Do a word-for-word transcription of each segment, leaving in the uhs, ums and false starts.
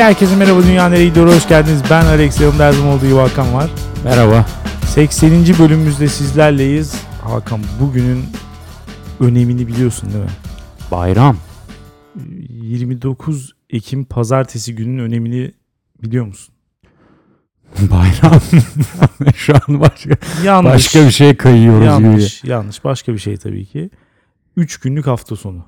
Herkese merhaba, Dünya Nereye Gidiyor, hoş geldiniz. Ben Alex, yanımda her zaman olduğu gibi Hakan var. Merhaba. sekseninci bölümümüzde sizlerleyiz. Hakan, bugünün önemini biliyorsun değil mi? Bayram. yirmi dokuz Ekim pazartesi günün önemini biliyor musun? Bayram. Şu an başka, yanlış, başka bir şey kayıyoruz yanlış, gibi. Yanlış. Başka bir şey tabii ki. üç günlük hafta sonu.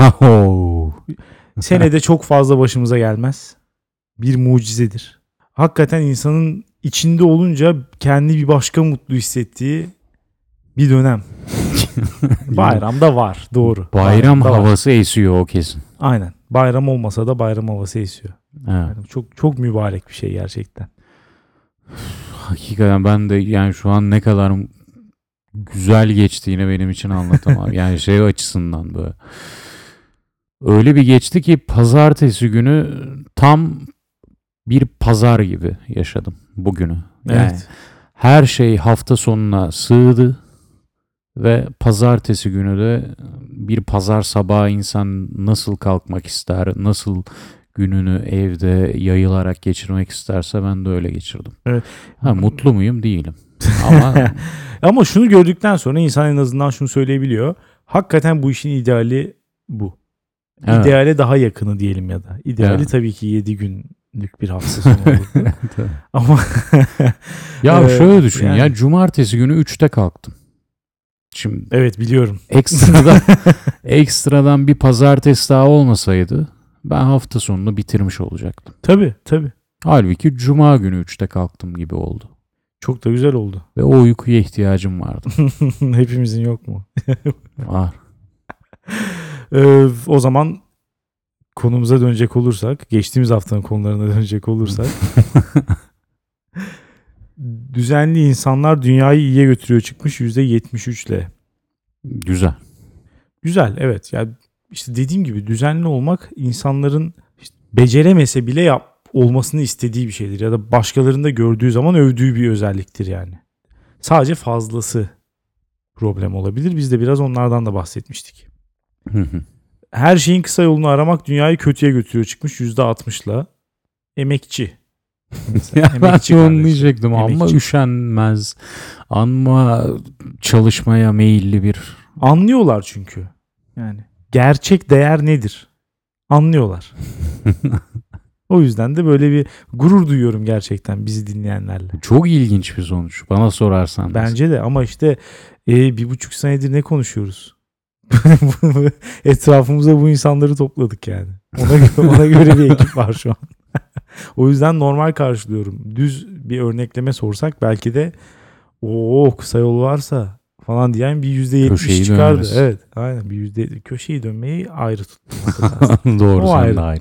Senede çok fazla başımıza gelmez. Bir mucizedir. Hakikaten insanın içinde olunca kendi bir başka mutlu hissettiği bir dönem. Bayramda var, doğru. Bayram Bayramda havası var. Esiyor o kesin. Aynen. Bayram olmasa da bayram havası esiyor. Evet. Yani çok çok mübarek bir şey gerçekten. Hakikaten ben de yani şu an ne kadar güzel geçtiğini benim için anlatamam. Yani şey açısından böyle. Öyle bir geçti ki pazartesi günü tam bir pazar gibi yaşadım bugünü. Yani Evet. her şey hafta sonuna sığdı ve pazartesi günü de bir pazar sabahı insan nasıl kalkmak ister, nasıl gününü evde yayılarak geçirmek isterse ben de öyle geçirdim. Evet. Ha, mutlu muyum? Değilim. Ama ama şunu gördükten sonra insan en azından şunu söyleyebiliyor. Hakikaten bu işin ideali bu. evet. İdeale daha yakını diyelim ya da. İdeali Evet. tabii ki yedi günlük bir hafta sonu olurdu. Ama ya şöyle düşün yani. ya, cumartesi günü üçte kalktım. Şimdi evet, biliyorum. ekstradan ekstradan bir pazartesi daha olmasaydı ben hafta sonunu bitirmiş olacaktım. Tabii tabii. Halbuki cuma günü üçte kalktım gibi oldu. Çok da güzel oldu. Ve o uykuya ihtiyacım vardı. Hepimizin yok mu? Var. Ee, o zaman konumuza dönecek olursak, geçtiğimiz haftanın konularına dönecek olursak, düzenli insanlar dünyayı iyiye götürüyor çıkmış yüzde yetmiş üç ile. Güzel. Güzel, evet. Yani işte dediğim gibi düzenli olmak insanların işte beceremese bile yap olmasını istediği bir şeydir ya da başkalarında gördüğü zaman övdüğü bir özelliktir yani. Sadece fazlası problem olabilir. Biz de biraz onlardan da bahsetmiştik. Her şeyin kısa yolunu aramak dünyayı kötüye götürüyor çıkmış yüzde altmışla. Emekçi. Ya Emekçi ben kardeşim. onu diyecektim. Ama Emekçi. üşenmez. Ama çalışmaya meyilli bir. Anlıyorlar çünkü. Yani gerçek değer nedir? Anlıyorlar. O yüzden de böyle bir gurur duyuyorum gerçekten bizi dinleyenlerle. Çok ilginç bir sonuç bana sorarsan. Bence de, ama işte e, bir buçuk senedir ne konuşuyoruz? Etrafımıza bu insanları topladık yani. Ona göre, ona göre bir ekip var şu an. O yüzden normal karşılıyorum. Düz bir örnekleme sorsak belki de o kısa yol varsa falan diyen bir yüzde yetmiş çıkardı. Dönmesi. Evet, aynen, bir yüzde köşeyi dönmeyi ayrı tuttum. Doğru, o sen ayrı. de ayrı.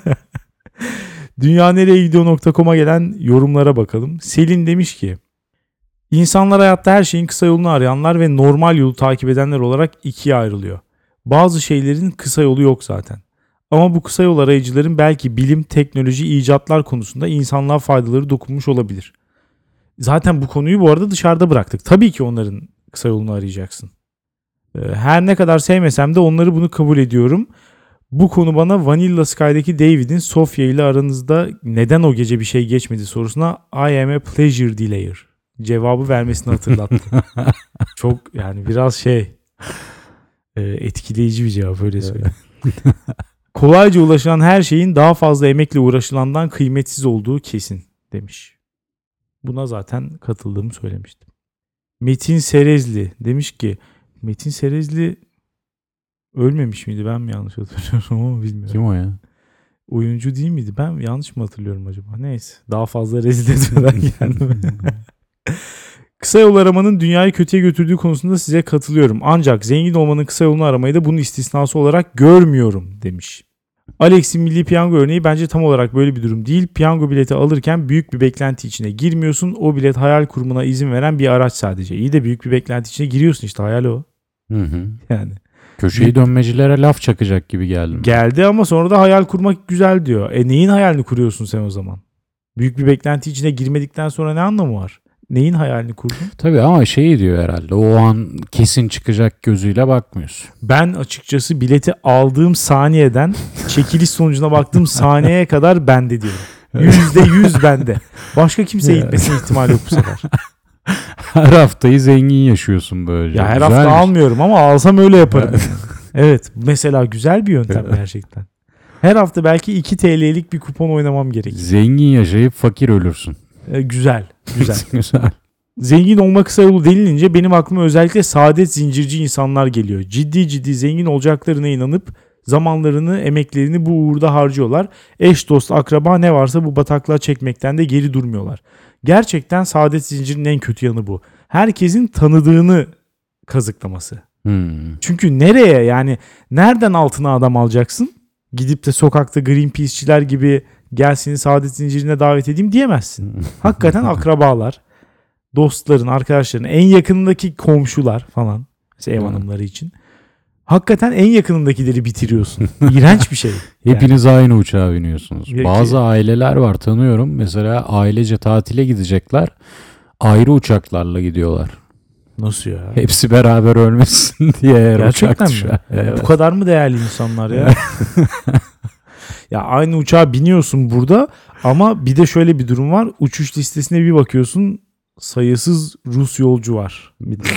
dünya nereye gidiyor nokta com'a gelen yorumlara bakalım. Selin demiş ki, İnsanlar hayatta her şeyin kısa yolunu arayanlar ve normal yolu takip edenler olarak ikiye ayrılıyor. Bazı şeylerin kısa yolu yok zaten. Ama bu kısa yol arayıcıların belki bilim, teknoloji, icatlar konusunda insanlığa faydaları dokunmuş olabilir. Zaten bu konuyu bu arada dışarıda bıraktık. Tabii ki onların kısa yolunu arayacaksın. Her ne kadar sevmesem de onları bunu kabul ediyorum. Bu konu bana Vanilla Sky'daki David'in Sofia ile aranızda neden o gece bir şey geçmedi sorusuna I am a pleasure delayer cevabı vermesini hatırlattı. Çok yani biraz şey etkileyici bir cevap, öyle söyleyeyim. Kolayca ulaşılan her şeyin daha fazla emekle uğraşılandan kıymetsiz olduğu kesin demiş. Buna zaten katıldığımı söylemiştim. Metin Serezli demiş ki, Metin Serezli ölmemiş miydi? Ben mi yanlış hatırlıyorum ama bilmiyorum. Kim o ya? Oyuncu değil miydi? Ben yanlış mı hatırlıyorum acaba? Neyse. Daha fazla rezil etmeden kendimi. Kısa yol aramanın dünyayı kötüye götürdüğü konusunda size katılıyorum. Ancak zengin olmanın kısa yolunu aramayı da bunun istisnası olarak görmüyorum demiş. Alex'in Milli Piyango örneği bence tam olarak böyle bir durum değil. Piyango bileti alırken büyük bir beklenti içine girmiyorsun. O bilet hayal kurmana izin veren bir araç sadece. İyi de büyük bir beklenti içine giriyorsun, işte hayal o. Hı hı. Yani. Köşeyi dönmecilere laf çakacak gibi geldim. Geldi ama sonra da hayal kurmak güzel diyor. E neyin hayalini kuruyorsun sen o zaman? Büyük bir beklenti içine girmedikten sonra ne anlamı var? Neyin hayalini kurdun? Tabii ama şey diyor herhalde, o an kesin çıkacak gözüyle bakmıyorsun. Ben açıkçası bileti aldığım saniyeden çekiliş sonucuna baktığım saniyeye kadar bende diyorum. Yüzde yüz bende. Başka kimseye gitmesine ihtimal yok bu sefer. Her haftayı zengin yaşıyorsun böylece. Ya her Güzelmiş. hafta almıyorum ama alsam öyle yaparım. Evet, mesela güzel bir yöntem gerçekten. Her hafta belki iki T L'lik bir kupon oynamam gerekir. Zengin yaşayıp fakir ölürsün. Ee, güzel, güzel. Güzel. Zengin olma kısa yolu denilince benim aklıma özellikle saadet zincirci insanlar geliyor. Ciddi ciddi zengin olacaklarına inanıp zamanlarını, emeklerini bu uğurda harcıyorlar. Eş, dost, akraba ne varsa bu bataklığa çekmekten de geri durmuyorlar. Gerçekten saadet zincirinin en kötü yanı bu. Herkesin tanıdığını kazıklaması. Hmm. Çünkü nereye, yani nereden altına adam alacaksın? Gidip de sokakta Greenpeace'çiler gibi gel seni saadet zincirine davet edeyim diyemezsin. Hakikaten akrabalar, dostların, arkadaşların, en yakınındaki komşular falan. Mesela ev hanımları için. Hakikaten en yakınındakileri bitiriyorsun. İğrenç bir şey. Hepiniz yani aynı uçağa biniyorsunuz. Peki. Bazı aileler var, tanıyorum. Mesela ailece tatile gidecekler. Ayrı uçaklarla gidiyorlar. Nasıl ya? Hepsi beraber ölmesin diye eğer Gerçekten uçak mi? düşer. Ee, Evet. Bu kadar mı değerli insanlar ya? Ya aynı uçağa biniyorsun burada ama bir de şöyle bir durum var. Uçuş listesine bir bakıyorsun, sayısız Rus yolcu var.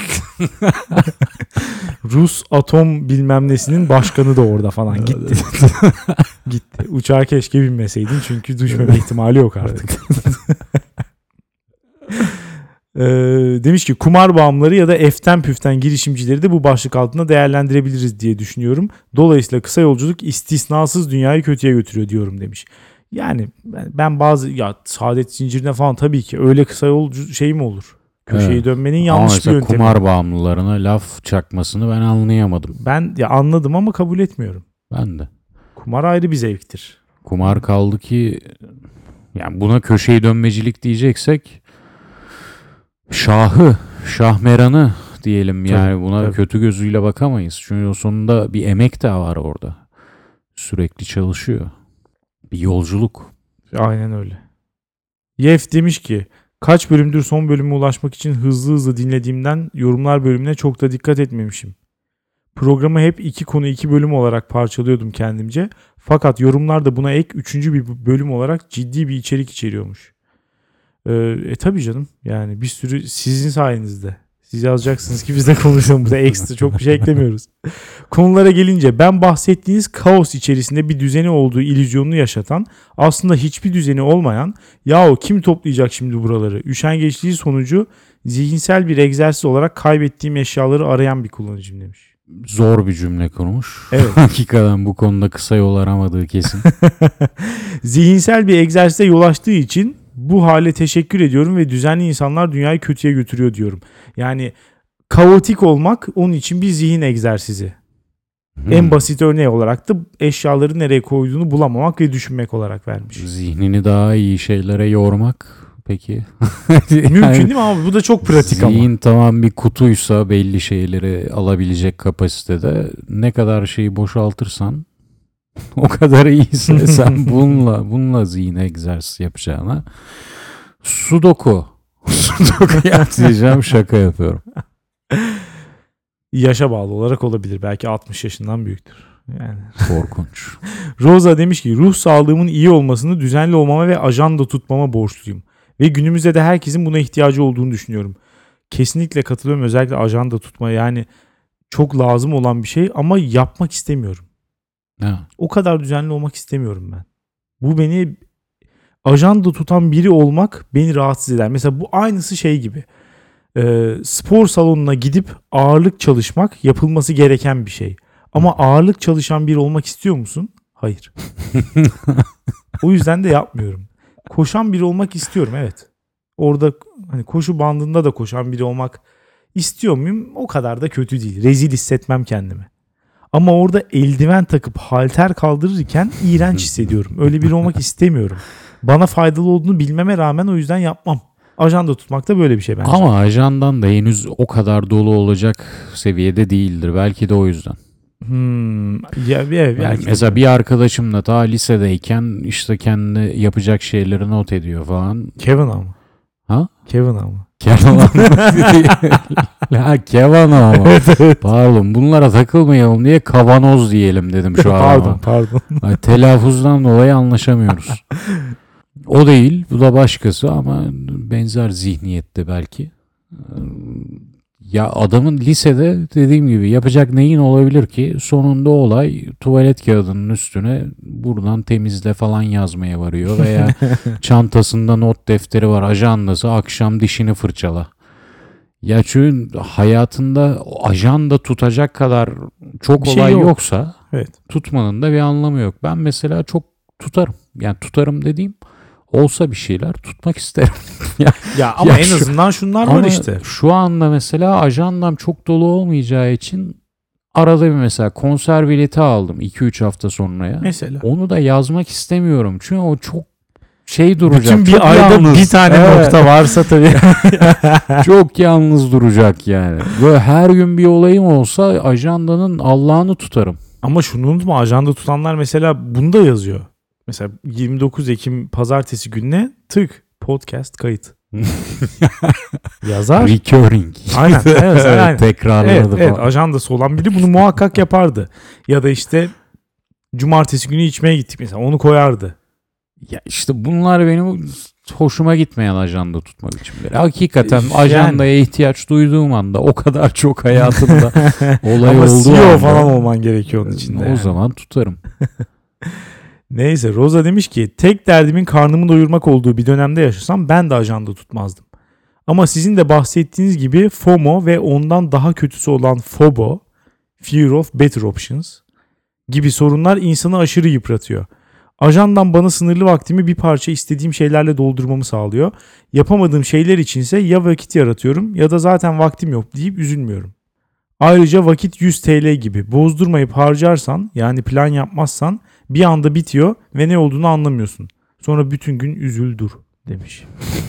Rus atom bilmem nesinin başkanı da orada falan gitti. Gitti. Uçağa keşke binmeseydin çünkü düşmeme ihtimali yok artık. Ee, demiş ki kumar bağımlıları ya da eften püften girişimcileri de bu başlık altında değerlendirebiliriz diye düşünüyorum. Dolayısıyla kısa yolculuk istisnasız dünyayı kötüye götürüyor diyorum demiş. Yani ben, ben bazı ya saadet zincirine falan tabii ki öyle kısa yolcu şey mi olur? Köşeyi Evet. dönmenin Ama yanlış bir mesela yöntemi. kumar bağımlılarına laf çakmasını ben anlayamadım. Ben ya anladım ama kabul etmiyorum. Ben de. Kumar ayrı bir zevktir. Kumar kaldı ki, yani buna köşeyi dönmecilik diyeceksek şahı, şahmeranı diyelim, yani Tabii, buna tabii. kötü gözüyle bakamayız. Çünkü o sonunda bir emek de var orada. Sürekli çalışıyor. Bir yolculuk. Aynen öyle. Yef demiş ki kaç bölümdür son bölüme ulaşmak için hızlı hızlı dinlediğimden yorumlar bölümüne çok da dikkat etmemişim. Programı hep iki konu iki bölüm olarak parçalıyordum kendimce. Fakat yorumlar da buna ek üçüncü bir bölüm olarak ciddi bir içerik içeriyormuş. Ee, e tabii canım, yani bir sürü sizin sayenizde. Siz yazacaksınız ki biz de konuşalım. Burada ekstra çok bir şey eklemiyoruz. Konulara gelince ben bahsettiğiniz kaos içerisinde bir düzeni olduğu illüzyonunu yaşatan, aslında hiçbir düzeni olmayan, yahu kim toplayacak şimdi buraları, üşengeçliği sonucu zihinsel bir egzersiz olarak kaybettiğim eşyaları arayan bir kullanıcım demiş. Zor bir cümle kurmuş. Evet. Hakikaten bu konuda kısa yol aramadığı kesin. Zihinsel bir egzersize yol açtığı için bu hale teşekkür ediyorum ve düzenli insanlar dünyayı kötüye götürüyor diyorum. Yani kaotik olmak onun için bir zihin egzersizi. Hmm. En basit örneği olarak da eşyaları nereye koyduğunu bulamamak ve düşünmek olarak vermiş. Zihnini daha iyi şeylere yormak peki. Mümkün değil mi abi? Bu da çok pratik ama. Zihin tamam bir kutuysa belli şeyleri alabilecek kapasitede, ne kadar şeyi boşaltırsan o kadar iyiyse sen bununla bununla zihin egzersizi yapacağına sudoku sudoku yap diyeceğim, şaka yapıyorum. Yaşa bağlı olarak olabilir. Belki altmış yaşından büyüktür. Yani. Korkunç. Rosa demiş ki ruh sağlığımın iyi olmasını düzenli olmama ve ajanda tutmama borçluyum. Ve günümüzde de herkesin buna ihtiyacı olduğunu düşünüyorum. Kesinlikle katılıyorum, özellikle ajanda tutmaya, yani çok lazım olan bir şey ama yapmak istemiyorum. Ha. O kadar düzenli olmak istemiyorum ben. Bu beni, ajanda tutan biri olmak beni rahatsız eder. Mesela bu aynısı şey gibi. Ee, spor salonuna gidip ağırlık çalışmak yapılması gereken bir şey. Ama ağırlık çalışan biri olmak istiyor musun? Hayır. O yüzden de yapmıyorum. Koşan biri olmak istiyorum, evet. Orada hani koşu bandında da koşan biri olmak istiyor muyum? O kadar da kötü değil. Rezil hissetmem kendimi. Ama orada eldiven takıp halter kaldırırken iğrenç hissediyorum. Öyle biri olmak istemiyorum. Bana faydalı olduğunu bilmeme rağmen o yüzden yapmam. Ajanda tutmak da böyle bir şey bence. Ama ajandan da henüz o kadar dolu olacak seviyede değildir. Belki de o yüzden. Hmm, ya, ya, Yani belki mesela de. bir arkadaşımla ta lisedeyken işte kendi yapacak şeyleri not ediyor falan. Kevin ama. Ha? Kevin ama. Kevin Ha Kevin ama. Evet, evet. Pardon, bunlara takılmayalım diye kavanoz diyelim dedim şu an. Pardon pardon. Ay, telaffuzdan dolayı anlaşamıyoruz. O değil, bu da başkası ama benzer zihniyette belki. Ya adamın lisede dediğim gibi yapacak neyin olabilir ki? Sonunda olay tuvalet kağıdının üstüne buradan temizle falan yazmaya varıyor veya çantasında not defteri var, ajandası, akşam dişini fırçala. Ya çünkü hayatında ajanda tutacak kadar çok Bir şey olay yok. yoksa Evet. tutmanın da bir anlamı yok. Ben mesela çok tutarım. Yani tutarım dediğim, olsa bir şeyler tutmak isterim. Ya ama Ya en şu- azından şunlar Ama var işte. şu anda mesela ajandam çok dolu olmayacağı için arada bir mesela konser bileti aldım iki üç hafta sonraya. Mesela. Onu da yazmak istemiyorum. Çünkü o çok şey duracak. Bütün bir çok ayda yalnız. bir tane Evet. nokta varsa tabii. Çok yalnız duracak yani. Böyle her gün bir olayım olsa ajandanın Allah'ını tutarım. Ama şunu unutma, ajanda tutanlar mesela bunu da yazıyor. Mesela yirmi dokuz Ekim pazartesi gününe tık podcast kayıt. Yazar. Recurring. Aynen. Evet, aynen. Tekrarladı Evet, falan. evet, ajandası olan biri bunu muhakkak yapardı. Ya da işte cumartesi günü içmeye gittik mesela, onu koyardı. Ya işte bunlar benim hoşuma gitmeyen ajanda tutma biçimleri. Hakikaten Yani. ajandaya ihtiyaç duyduğum anda, o kadar çok hayatımda olay Ama olduğu C E O anda, falan olman gerekiyor onun için de. o yani. zaman tutarım. Neyse, Rosa demiş ki tek derdimin karnımı doyurmak olduğu bir dönemde yaşasam ben de ajanda tutmazdım. Ama sizin de bahsettiğiniz gibi FOMO ve ondan daha kötüsü olan FOBO, Fear of Better Options gibi sorunlar insanı aşırı yıpratıyor. Ajandam bana sınırlı vaktimi bir parça istediğim şeylerle doldurmamı sağlıyor. Yapamadığım şeyler içinse ya vakit yaratıyorum ya da zaten vaktim yok deyip üzülmüyorum. Ayrıca vakit yüz TL gibi bozdurmayıp harcarsan, yani plan yapmazsan bir anda bitiyor ve ne olduğunu anlamıyorsun. Sonra bütün gün üzül dur demiş.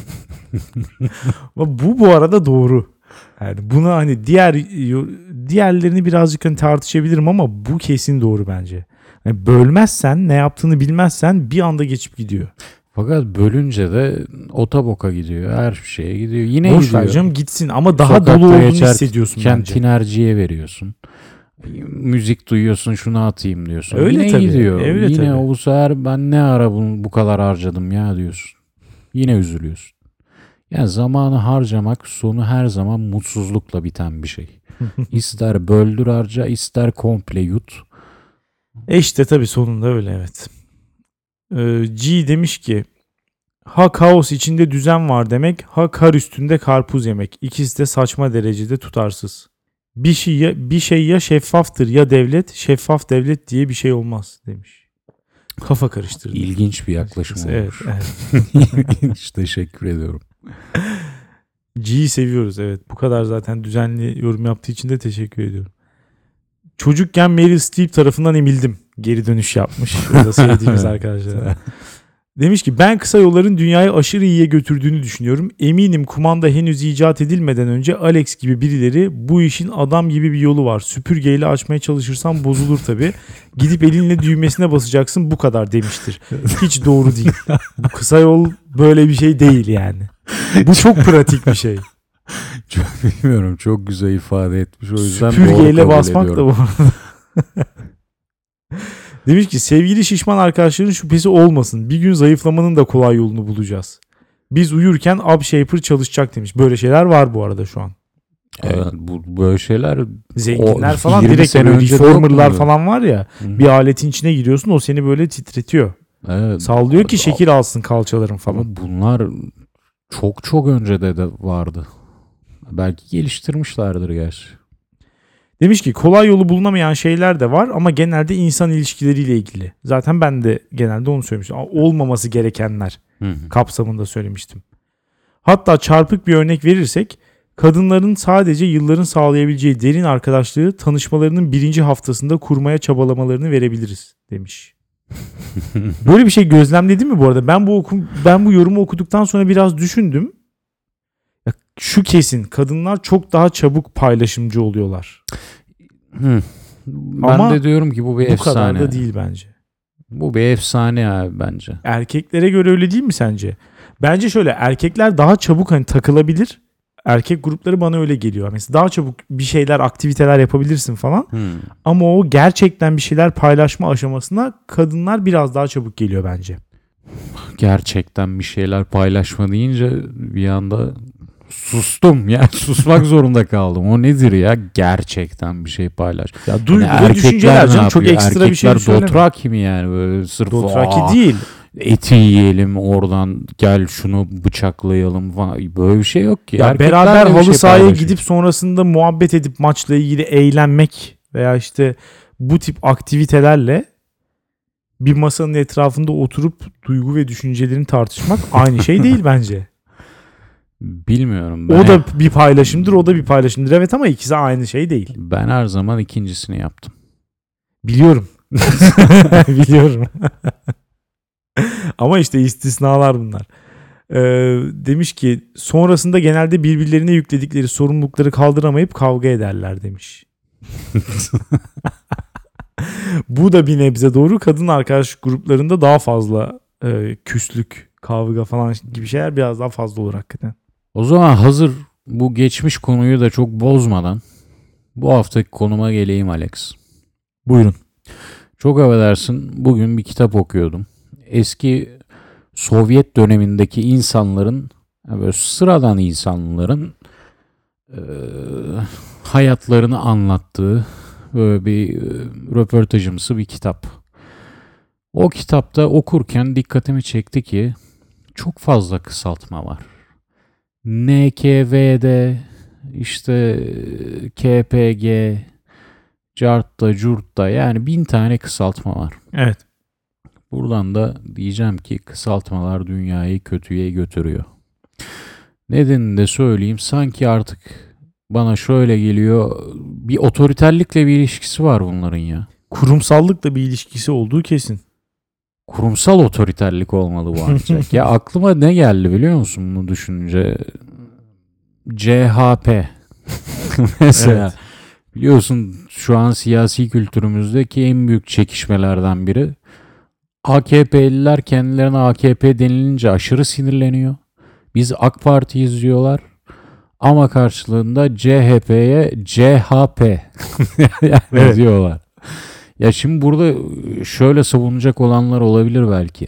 Bu bu arada doğru. Yani buna hani diğer diğerlerini birazcık hani tartışabilirim ama bu kesin doğru bence. Yani bölmezsen, ne yaptığını bilmezsen bir anda geçip gidiyor. Fakat bölünce de otoboka gidiyor. Her şeye gidiyor. Yine Boş gidiyor. ver canım, gitsin ama daha Sokakta dolu olduğunu geçerken hissediyorsun bence. tinerciye veriyorsun. Müzik duyuyorsun, şunu atayım diyorsun. Öyle Yine tabii, gidiyor. öyle Yine tabii. o bu sefer ben ne ara bunu bu kadar harcadım ya diyorsun. Yine üzülüyorsun. Yani zamanı harcamak sonu her zaman mutsuzlukla biten bir şey. İster böldür harca, ister komple yut. E işte tabii sonunda öyle, evet. Ee, G demiş ki ha kaos içinde düzen var demek, ha kar üstünde karpuz yemek. İkisi de saçma derecede tutarsız. Bir şey ya, bir şey ya şeffaftır ya devlet, şeffaf devlet diye bir şey olmaz demiş. Kafa karıştırdı. İlginç bir yaklaşım Evet, olmuş. evet. İlginç, teşekkür ediyorum. G'yi seviyoruz, evet. Bu kadar zaten düzenli yorum yaptığı için de teşekkür ediyorum. Çocukken Meryl Streep tarafından emildim. Geri dönüş yapmış. O da sevdiğimiz arkadaşlar. Demiş ki ben kısa yolların dünyayı aşırı iyiye götürdüğünü düşünüyorum. Eminim kumanda henüz icat edilmeden önce Alex gibi birileri bu işin adam gibi bir yolu var. Süpürgeyle açmaya çalışırsan bozulur tabii. Gidip elinle düğmesine basacaksın, bu kadar demiştir. Hiç doğru değil. Bu kısa yol böyle bir şey değil yani. Bu çok pratik bir şey. Çok bilmiyorum, çok güzel ifade etmiş. O yüzden Süpürgeyle doğru kabul basmak ediyorum. da bu arada. Demiş ki sevgili şişman arkadaşların şüphesi olmasın. Bir gün zayıflamanın da kolay yolunu bulacağız. Biz uyurken Ab Shaper çalışacak demiş. Böyle şeyler var bu arada şu an. Evet, bu böyle şeyler Zenginler o falan yirmi direkt sene böyle önce de reformerlar yok muydu? falan var ya. Hı. Bir aletin içine giriyorsun, o seni böyle titretiyor. Evet. Sallıyor ki şekil alsın kalçaların falan. Ama bunlar çok çok önce de, de vardı. Belki geliştirmişlerdir gerçi. Demiş ki kolay yolu bulunamayan şeyler de var ama genelde insan ilişkileriyle ilgili. Zaten ben de genelde onu söylemiştim. Olmaması gerekenler Hı hı. kapsamında söylemiştim. Hatta çarpık bir örnek verirsek kadınların sadece yılların sağlayabileceği derin arkadaşlığı tanışmalarının birinci haftasında kurmaya çabalamalarını verebiliriz demiş. Böyle bir şey gözlemledin mi bu arada? Ben bu okum, ben bu yorumu okuduktan sonra biraz düşündüm. Ya şu kesin, kadınlar çok daha çabuk paylaşımcı oluyorlar. Hı. Ben Ama de diyorum ki bu bir Bu efsane. kadar da değil bence. Bu bir efsane abi bence. Erkeklere göre öyle değil mi sence? Bence şöyle, erkekler daha çabuk hani takılabilir. Erkek grupları bana öyle geliyor. Mesela daha çabuk bir şeyler, aktiviteler yapabilirsin falan. Hmm. Ama o gerçekten bir şeyler paylaşma aşamasına kadınlar biraz daha çabuk geliyor bence. Gerçekten bir şeyler paylaşma deyince bir anda sustum. Yani susmak zorunda kaldım. O nedir ya? Gerçekten bir şey paylaş. Ya duygu Yani ve erkekler düşünceler ne canım, çok yapıyor? ekstra bir şey Erkekler söyleme. Dothraki mi yani? Böyle sırf Dothraki "Aa, değil. eti yiyelim oradan, gel şunu bıçaklayalım" falan. Böyle bir şey yok ki. Ya Erkekler beraber de bir halı şey sahaya paylaşıyor. gidip sonrasında muhabbet edip maçla ilgili eğlenmek veya işte bu tip aktivitelerle bir masanın etrafında oturup duygu ve düşüncelerini tartışmak aynı şey değil bence. Bilmiyorum ben. O da bir paylaşımdır, o da bir paylaşımdır. Evet, ama ikisi aynı şey değil. Ben her zaman ikincisini yaptım. Biliyorum. Biliyorum. Ama işte istisnalar bunlar. Ee, demiş ki sonrasında genelde birbirlerine yükledikleri sorumlulukları kaldıramayıp kavga ederler demiş. Bu da bir nebze doğru. Kadın arkadaş gruplarında daha fazla e, küslük, kavga falan gibi şeyler biraz daha fazla olur hakikaten. O zaman hazır bu geçmiş konuyu da çok bozmadan bu haftaki konuma geleyim Alex. Buyurun. Çok affedersin, bugün bir kitap okuyordum. Eski Sovyet dönemindeki insanların, yani böyle sıradan insanların e, hayatlarını anlattığı böyle bir e, röportajımsı bir kitap. O kitapta okurken dikkatimi çekti ki çok fazla kısaltma var. N K V D, işte K P G, Cart'ta, Curt'ta, yani bin tane kısaltma var. Evet. Buradan da diyeceğim ki kısaltmalar dünyayı kötüye götürüyor. Nedenini de söyleyeyim. Sanki artık bana şöyle geliyor, bir otoriterlikle bir ilişkisi var bunların ya. Kurumsallıkla bir ilişkisi olduğu kesin. Kurumsal otoriterlik olmalı bu ancak. Ya aklıma ne geldi biliyor musun bunu düşününce? C H P. Mesela. Evet. Biliyorsun şu an siyasi kültürümüzdeki en büyük çekişmelerden biri. A K P'liler kendilerine A K P denilince aşırı sinirleniyor. Biz AK Parti'yiz diyorlar. Ama karşılığında C H P'ye C H P yani Evet. diyorlar. Ya şimdi burada şöyle savunacak olanlar olabilir belki.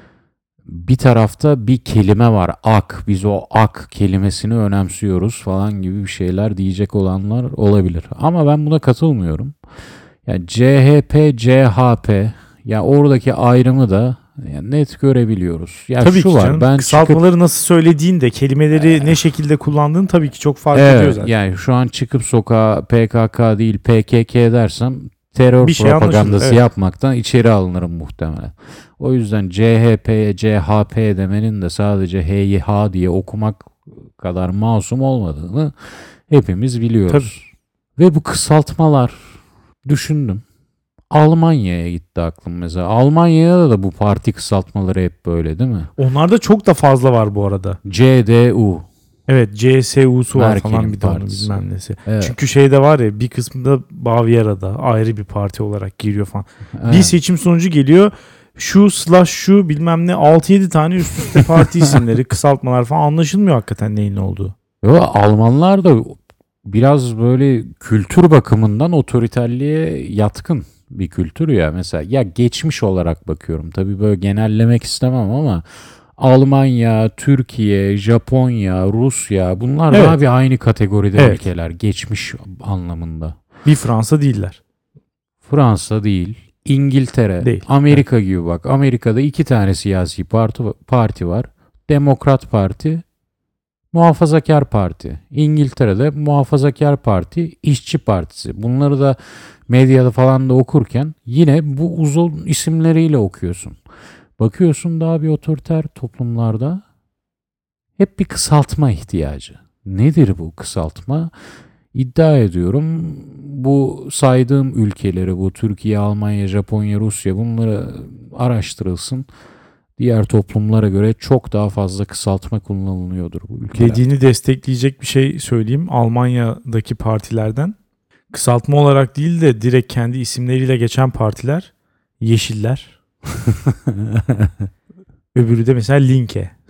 Bir tarafta bir kelime var, ak. Biz o ak kelimesini önemsiyoruz falan gibi bir şeyler diyecek olanlar olabilir. Ama ben buna katılmıyorum. Yani C H P, C H P, ya oradaki ayrımı da yani net görebiliyoruz. Ya Tabii şu ki var, canım. ben Kısaltmaları çıkıp nasıl söylediğin de, kelimeleri ne şekilde kullandığın tabii ki çok fark ediyor evet, zaten. yani şu an çıkıp sokağa P K K değil P K K dersem terör Bir şey propagandası anlaşılır, evet. yapmaktan içeri alınırım muhtemelen. O yüzden C H P'ye C H P demenin de sadece H'yi H diye okumak kadar masum olmadığını hepimiz biliyoruz. Ve bu kısaltmalar, düşündüm. Almanya'ya gitti aklım mesela. Almanya'da da bu parti kısaltmaları hep böyle değil mi? Onlarda çok da fazla var bu arada. C D U. Evet, C S U'su var Merkel'in falan, bir de onu partisi. bilmem nesi. Evet. Çünkü şeyde var ya, bir kısmında Bavyera'da ayrı bir parti olarak giriyor falan. Evet. Bir seçim sonucu geliyor. Şu slash şu bilmem ne altı yedi tane üst üste parti isimleri, kısaltmalar falan, anlaşılmıyor hakikaten neyin ne olduğu. Yo, Almanlar da biraz böyle kültür bakımından otoriterliğe yatkın bir kültür ya. Mesela ya geçmiş olarak bakıyorum. Tabii böyle genellemek istemem ama Almanya, Türkiye, Japonya, Rusya, bunlar Evet. daha bir aynı kategoride Evet. ülkeler geçmiş anlamında. Bir Fransa değiller. Fransa değil, İngiltere, Değil. Amerika gibi bak. Amerika'da iki tane siyasi parti, parti var. Demokrat Parti, Muhafazakar Parti. İngiltere'de Muhafazakar Parti, İşçi Partisi. Bunları da medyada falan da okurken yine bu uzun isimleriyle okuyorsun. Bakıyorsun daha bir otoriter toplumlarda hep bir kısaltma ihtiyacı. Nedir bu kısaltma? İddia ediyorum bu saydığım ülkeleri, bu Türkiye, Almanya, Japonya, Rusya, bunları araştırılsın. Diğer toplumlara göre çok daha fazla kısaltma kullanılıyordur bu ülkelerde. Dediğini destekleyecek bir şey söyleyeyim. Almanya'daki partilerden kısaltma olarak değil de direkt kendi isimleriyle geçen partiler Yeşiller. Öbürü de mesela Linke.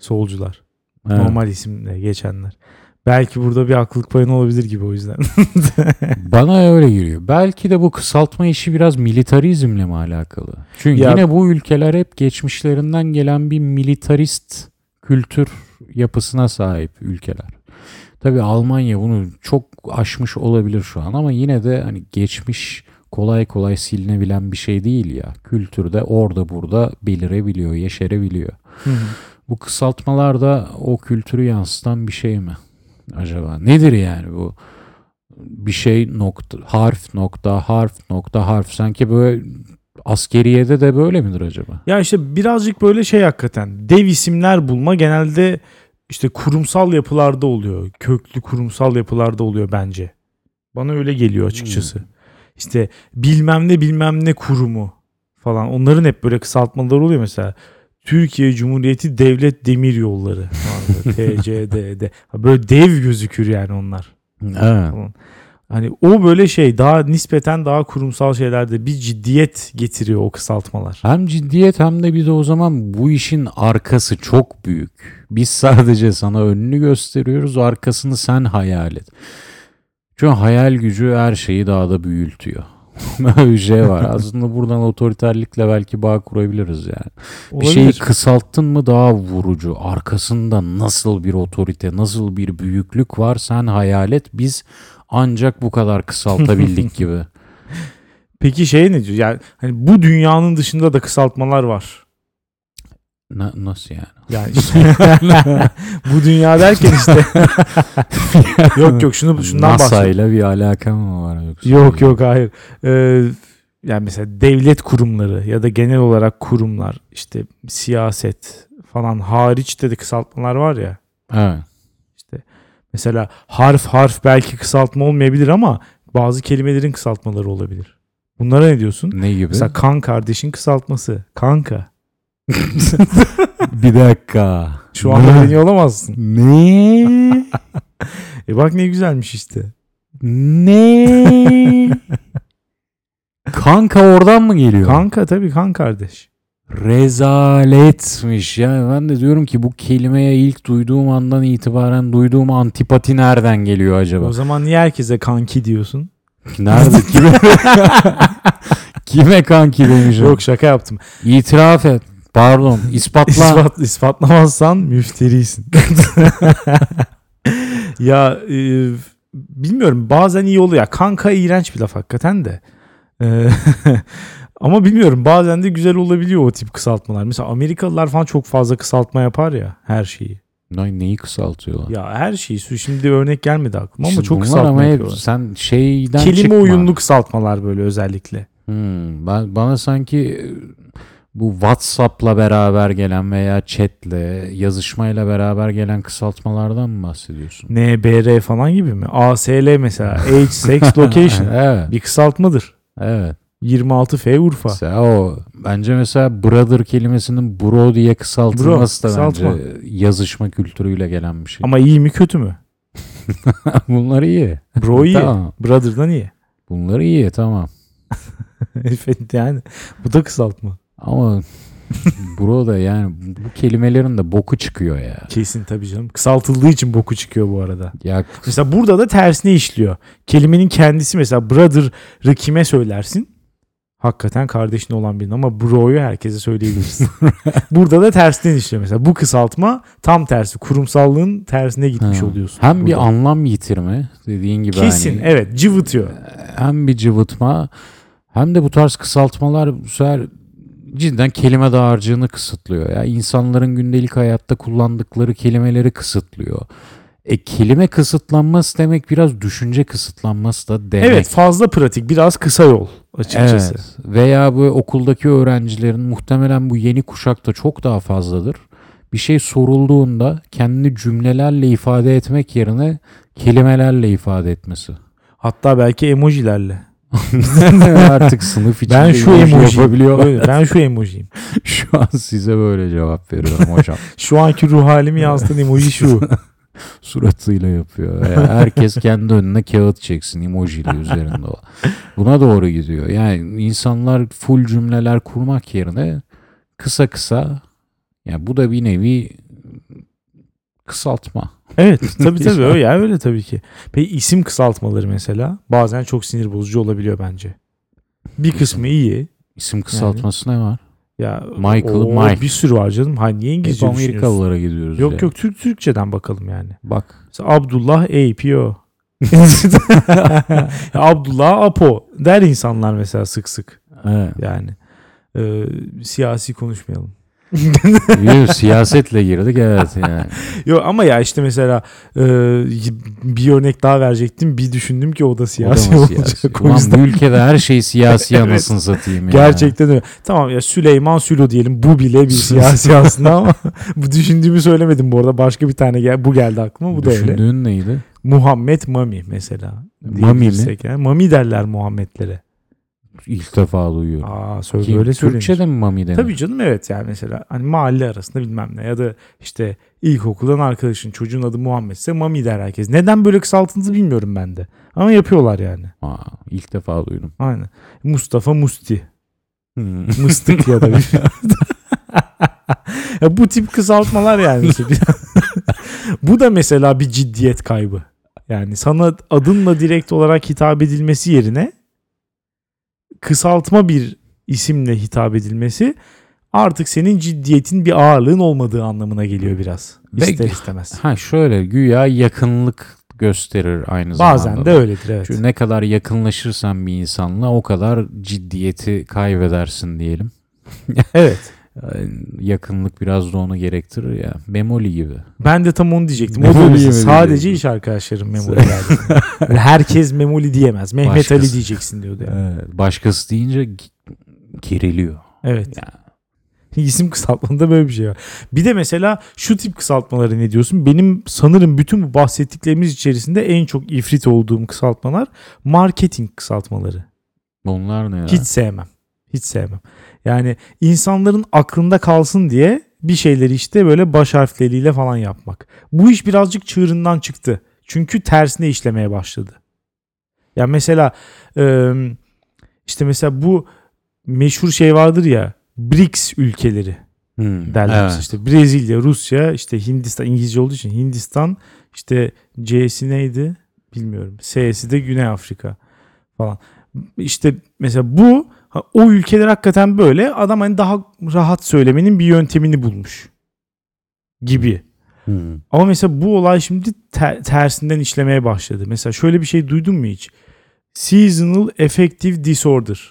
Solcular. Evet. Normal isimle geçenler. Belki burada bir haklılık payı olabilir gibi o yüzden. Bana öyle geliyor. Belki de bu kısaltma işi biraz militarizmle mi alakalı? Çünkü Ya- yine bu ülkeler hep geçmişlerinden gelen bir militarist kültür yapısına sahip ülkeler. Tabii Almanya bunu çok aşmış olabilir şu an ama yine de hani geçmiş kolay kolay silinebilen bir şey değil ya. Kültürde orada burada belirebiliyor, yeşerebiliyor. Hı hı. Bu kısaltmalar da o kültürü yansıtan bir şey mi acaba? Nedir yani bu? Bir şey nokta, harf nokta, harf nokta, harf. Sanki böyle askeriyede de böyle midir acaba? Ya işte birazcık böyle şey hakikaten. Dev isimler bulma genelde işte kurumsal yapılarda oluyor. Köklü kurumsal yapılarda oluyor bence. Bana öyle geliyor açıkçası. Hmm. İşte bilmem ne bilmem ne kurumu falan. Onların hep böyle kısaltmaları oluyor mesela. Türkiye Cumhuriyeti Devlet Demiryolları falan. T C D D. Böyle dev gözükür yani onlar. Evet. Falan. Hani o böyle şey daha nispeten daha kurumsal şeylerde bir ciddiyet getiriyor o kısaltmalar. Hem ciddiyet hem de bir de o zaman bu işin arkası çok büyük. Biz sadece sana önünü gösteriyoruz, arkasını sen hayal et. Çünkü hayal gücü her şeyi daha da büyültüyor. Böyle bir şey var. Aslında buradan otoriterlikle belki bağ kurabiliriz yani. Bir şeyi Olabilir. kısalttın mı daha vurucu. Arkasında nasıl bir otorite, nasıl bir büyüklük var sen hayal et. Biz ancak bu kadar kısaltabildik gibi. Peki şey ne diyor? Yani hani bu dünyanın dışında da kısaltmalar var. Na- nasıl yani? Yani işte bu dünya derken işte yok yok şunu şundan NASA bahsediyorum. ile bir alaka mı var yoksa? Yok yok hayır. Ee, yani mesela devlet kurumları ya da genel olarak kurumlar işte siyaset falan hariç de, de kısaltmalar var ya. Evet. İşte mesela harf harf belki kısaltma olmayabilir ama bazı kelimelerin kısaltmaları olabilir. Bunlara ne diyorsun? Ne gibi? Mesela kan kardeşin kısaltması. Kanka. Bir dakika. Şu anda beni olamazsın. Ne? E bak ne güzelmiş işte. Ne? Kanka oradan mı geliyor? Kanka tabii kan kardeş. Rezaletmiş ya. Ben de diyorum ki bu kelimeye ilk duyduğum andan itibaren duyduğum antipati nereden geliyor acaba? O zaman niye herkese kanki diyorsun? Nerede? Kime? Kime kanki demişim? Yok şaka yaptım. İtiraf et. Pardon. İspatla. İspat, ispatlamazsan müfterisin. ya e, bilmiyorum bazen iyi oluyor. Ya, kanka iğrenç bir laf hakikaten de. E, ama bilmiyorum bazen de güzel olabiliyor o tip kısaltmalar. Mesela Amerikalılar falan çok fazla kısaltma yapar ya her şeyi. Ne- Neyi kısaltıyorlar? Ya her şeyi. Şimdi örnek gelmedi aklıma ama İşte çok bunlar kısaltma ama hep yapıyorlar. sen şeyden Kelime çıkma. uyumlu kısaltmalar böyle özellikle. Hmm, ben, bana sanki bu WhatsApp'la beraber gelen veya chat'le, yazışmayla beraber gelen kısaltmalardan mı bahsediyorsun? N B R falan gibi mi? A S L mesela. Age, Sex, Location. Evet, Bir kısaltmadır. evet. yirmi altı F Urfa. Mesela o bence mesela brother kelimesinin bro diye kısaltılması Bro, da kısaltma. bence yazışma kültürüyle gelen bir şey. Ama iyi mi kötü mü? Bunlar iyi. Bro iyi. Tamam. Brother'dan iyi. Bunlar iyi tamam. yani bu da kısaltma. Ama bro da yani bu kelimelerin de boku çıkıyor ya. Kesin tabii canım. Kısaltıldığı için boku çıkıyor bu arada. Ya Mesela burada da tersine işliyor. Kelimenin kendisi mesela brother'ı kime söylersin? Hakikaten kardeşin olan birine ama bro'yu herkese söyleyebilirsin. Burada da tersten işliyor mesela. Bu kısaltma tam tersi. Kurumsallığın tersine gitmiş Ha. oluyorsun. Hem bir burada. anlam yitirme dediğin gibi Kesin hani, evet cıvıtıyor. hem bir cıvıtma hem de bu tarz kısaltmalar bu sefer cidden kelime dağarcığını kısıtlıyor. Ya insanların gündelik hayatta kullandıkları kelimeleri kısıtlıyor. E kelime kısıtlanması demek biraz düşünce kısıtlanması da demek. Evet fazla pratik biraz kısa yol açıkçası. Evet. Veya bu okuldaki öğrencilerin muhtemelen bu yeni kuşakta çok daha fazladır. Bir şey sorulduğunda kendini cümlelerle ifade etmek yerine kelimelerle ifade etmesi. Hatta belki emojilerle. Artık sınıf içinde Ben şu emoji emoji yapabiliyorlar. Öyle, ben şu emojiyim. Şu an size böyle cevap veriyorum hocam. Şu anki ruh halimi yansıtan emoji şu. Suratıyla yapıyor. Yani herkes kendi önüne kağıt çeksin emojiyle üzerinde o. Buna doğru gidiyor. Yani insanlar full cümleler kurmak yerine kısa kısa, yani bu da bir nevi kısaltma. Evet tabii tabii öyle, yani öyle tabii ki. Peki isim kısaltmaları mesela bazen çok sinir bozucu olabiliyor bence. Bir kısmı iyi. İsim kısaltması yani, ne var? Ya Michael, o, Mike. Bir sürü var canım. Ha niye İngilizce Hep düşünüyorsun? Amerikalılara gidiyoruz. Yok ya. yok Türk Türkçeden bakalım yani. Bak. Mesela Abdullah A P O. Abdullah Apo der insanlar mesela sık sık. Evet. Yani e, siyasi konuşmayalım. Yok, siyasetle girdik evet yani. Yok ama ya işte mesela e, bir örnek daha verecektim. Bir düşündüm ki o da siyasi O da olacak. siyasi. O Ulan yüzden bu ülkede her şey siyasi Evet. anasını satayım ya. gerçekten öyle. Tamam ya Süleyman Sülo diyelim. Bu bile bir siyasi aslında ama bu düşündüğümü söylemedim bu arada. Başka bir tane gel bu geldi aklıma. Bu da öyle. Düşündüğün neydi? Muhammed Mami mesela. Mami mi? Yani. Mami derler Muhammedlere. İlk defa duyuyorum. Aa söyle Kim? böyle söylenir. Türkçe'de mi Mami denir? Tabii canım evet yani mesela hani mahalle arasında bilmem ne ya da işte ilkokuldan arkadaşın çocuğun adı Muhammedse Mami der herkes. Neden böyle kısaltıntı bilmiyorum ben de. Ama yapıyorlar yani. Aa, ilk defa duydum. Aynen. Mustafa Musti. Hmm. Mıstık ya da bir ya bu tip kısaltmalar yani. Bu da mesela bir ciddiyet kaybı. Yani sana adınla direkt olarak hitap edilmesi yerine kısaltma bir isimle hitap edilmesi artık senin ciddiyetin bir ağırlığın olmadığı anlamına geliyor biraz. İster istemez. Ha şöyle güya yakınlık gösterir aynı zamanda. Bazen de öyledir evet. Çünkü ne kadar yakınlaşırsan bir insanla o kadar ciddiyeti kaybedersin diyelim. Evet. Yakınlık biraz da onu gerektirir ya. Memoli gibi. Ben de tam onu diyecektim. Memoli O da mesela gibi sadece diyecektim. iş arkadaşlarım Memoli derdi. Böyle herkes Memoli diyemez. Mehmet Başkası. Ali diyeceksin diyordu yani. Evet, başkası deyince geriliyor. Evet. Ya. İsim kısaltmanında böyle bir şey var. Bir de mesela şu tip kısaltmaları ne diyorsun? Benim sanırım bütün bu bahsettiklerimiz içerisinde en çok ifrit olduğum kısaltmalar marketing kısaltmaları. Bunlar ne ya? Hiç sevmem. Hiç sevmem. Yani insanların aklında kalsın diye bir şeyleri işte böyle baş harfleriyle falan yapmak. Bu iş birazcık çığırından çıktı. Çünkü tersine işlemeye başladı. Ya mesela işte mesela bu meşhur şey vardır ya, B R I C S ülkeleri Hmm, derler. evet. İşte Brezilya, Rusya, işte Hindistan, İngilizce olduğu için Hindistan, işte C'si neydi bilmiyorum. S'si de Güney Afrika falan. İşte mesela bu o ülkeler hakikaten böyle adam hani daha rahat söylemenin bir yöntemini bulmuş gibi. Hmm. Ama mesela bu olay şimdi ter- tersinden işlemeye başladı. Mesela şöyle bir şey duydun mu hiç? Seasonal Affective Disorder.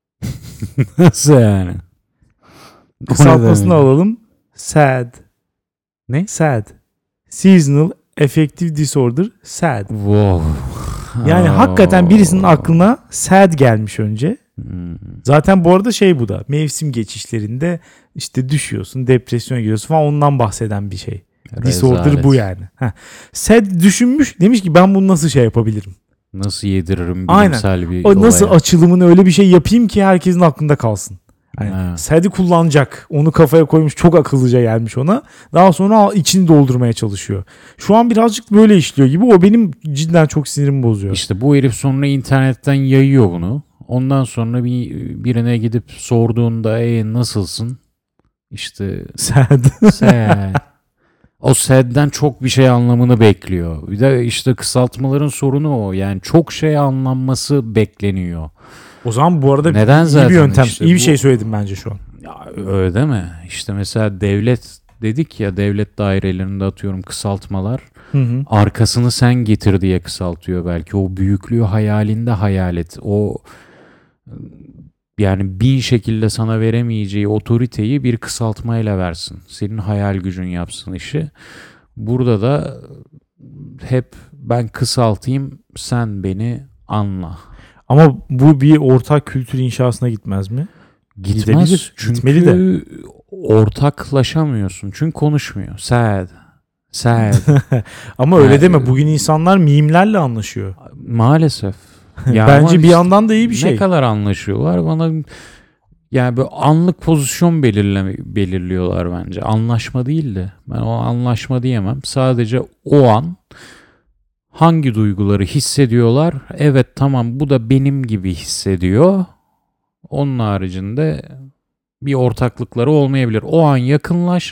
Nasıl yani? Kısaltmasını alalım. Sad. Ne? Sad. Seasonal Affective Disorder. Sad. Wow. Yani Oh. hakikaten birisinin aklına sad gelmiş önce. Hmm. Zaten bu arada şey bu da mevsim geçişlerinde işte düşüyorsun, depresyona giriyorsun falan, ondan bahseden bir şey. Disorder Rezalet. bu yani. Heh. Sad düşünmüş, demiş ki ben bunu nasıl şey yapabilirim? Nasıl yediririm Aynen. bilimsel bir O nasıl olaya. açılımını öyle bir şey yapayım ki herkesin aklında kalsın. Yani Ha. sad'i kullanacak. Onu kafaya koymuş, çok akıllıca gelmiş ona. Daha sonra içini doldurmaya çalışıyor. Şu an birazcık böyle işliyor gibi. O benim cidden çok sinirimi bozuyor. İşte bu herif sonra internetten yayıyor bunu. Ondan sonra bir birine gidip sorduğunda e nasılsın? İşte Sad. sad. O sad'den çok bir şey anlamını bekliyor. Bir de işte kısaltmaların sorunu o. Yani çok şey anlanması bekleniyor. O zaman bu arada Neden iyi zaten bir yöntem. işte iyi bir bu- şey söyledim bence şu an. Ya öyle değil mi? İşte mesela devlet dedik ya, devlet dairelerinde atıyorum kısaltmalar. Hı hı. Arkasını sen getir diye kısaltıyor belki. O büyüklüğü hayalinde hayal et. O yani bin şekilde sana veremeyeceği otoriteyi bir kısaltmayla versin. Senin hayal gücün yapsın işi. Burada da hep ben kısaltayım, sen beni anla. Ama bu bir ortak kültür inşasına gitmez mi? Gitmez. Gidebilir. Çünkü Gitmeli de. ortaklaşamıyorsun. Çünkü konuşmuyor. Sad. Sad. Ama öyle Yani- deme. Bugün insanlar mimlerle anlaşıyor. Maalesef. Ya Bence ama bir işte yandan da iyi bir şey. Ne kadar anlaşıyorlar bana, yani böyle anlık pozisyon belirle, belirliyorlar bence. Anlaşma değil de, ben o anlaşma diyemem. Sadece o an hangi duyguları hissediyorlar? Evet tamam, bu da benim gibi hissediyor. Onun haricinde bir ortaklıkları olmayabilir. O an yakınlaş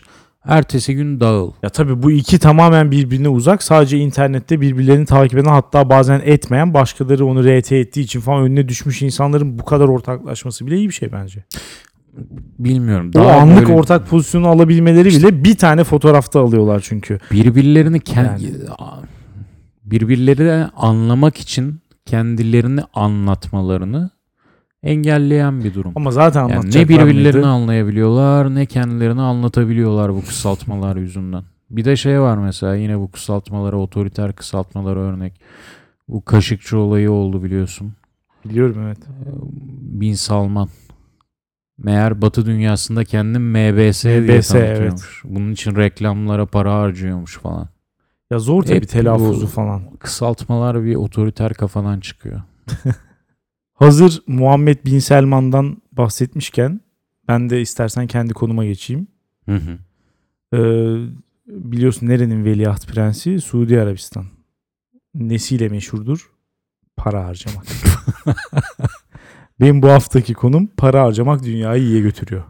Ertesi gün dağıl. Ya tabii bu iki tamamen birbirine uzak. Sadece internette birbirlerini takip eden, hatta bazen etmeyen, başkaları onu R T ettiği için falan önüne düşmüş insanların bu kadar ortaklaşması bile iyi bir şey bence. Bilmiyorum. O Daha anlık böyle ortak pozisyonu alabilmeleri bile bir tane fotoğrafta alıyorlar çünkü. birbirlerini kendi Yani. birbirlerini anlamak için kendilerini anlatmalarını engelleyen bir durum. Ama zaten Yani anlatacaklar ne birbirlerini mıydı? anlayabiliyorlar ne kendilerini anlatabiliyorlar bu kısaltmalar yüzünden. Bir de şey var mesela, yine bu kısaltmalara, otoriter kısaltmalara örnek. Bu Kaşıkçı olayı oldu biliyorsun. Biliyorum, evet. Bin Salman. Meğer Batı dünyasında kendini M B S diye M B S, tanıtıyormuş. Bunun için reklamlara para harcıyormuş falan. Ya zor tabii Hep telaffuzu bu falan. Kısaltmalar bir otoriter kafadan çıkıyor. Hazır Muhammed Bin Selman'dan bahsetmişken ben de istersen kendi konuma geçeyim. Hı hı. Ee, biliyorsun nerenin veliaht prensi? Suudi Arabistan. Nesiyle meşhurdur? Para harcamak. Benim bu haftaki konum para harcamak dünyayı iyiye götürüyor.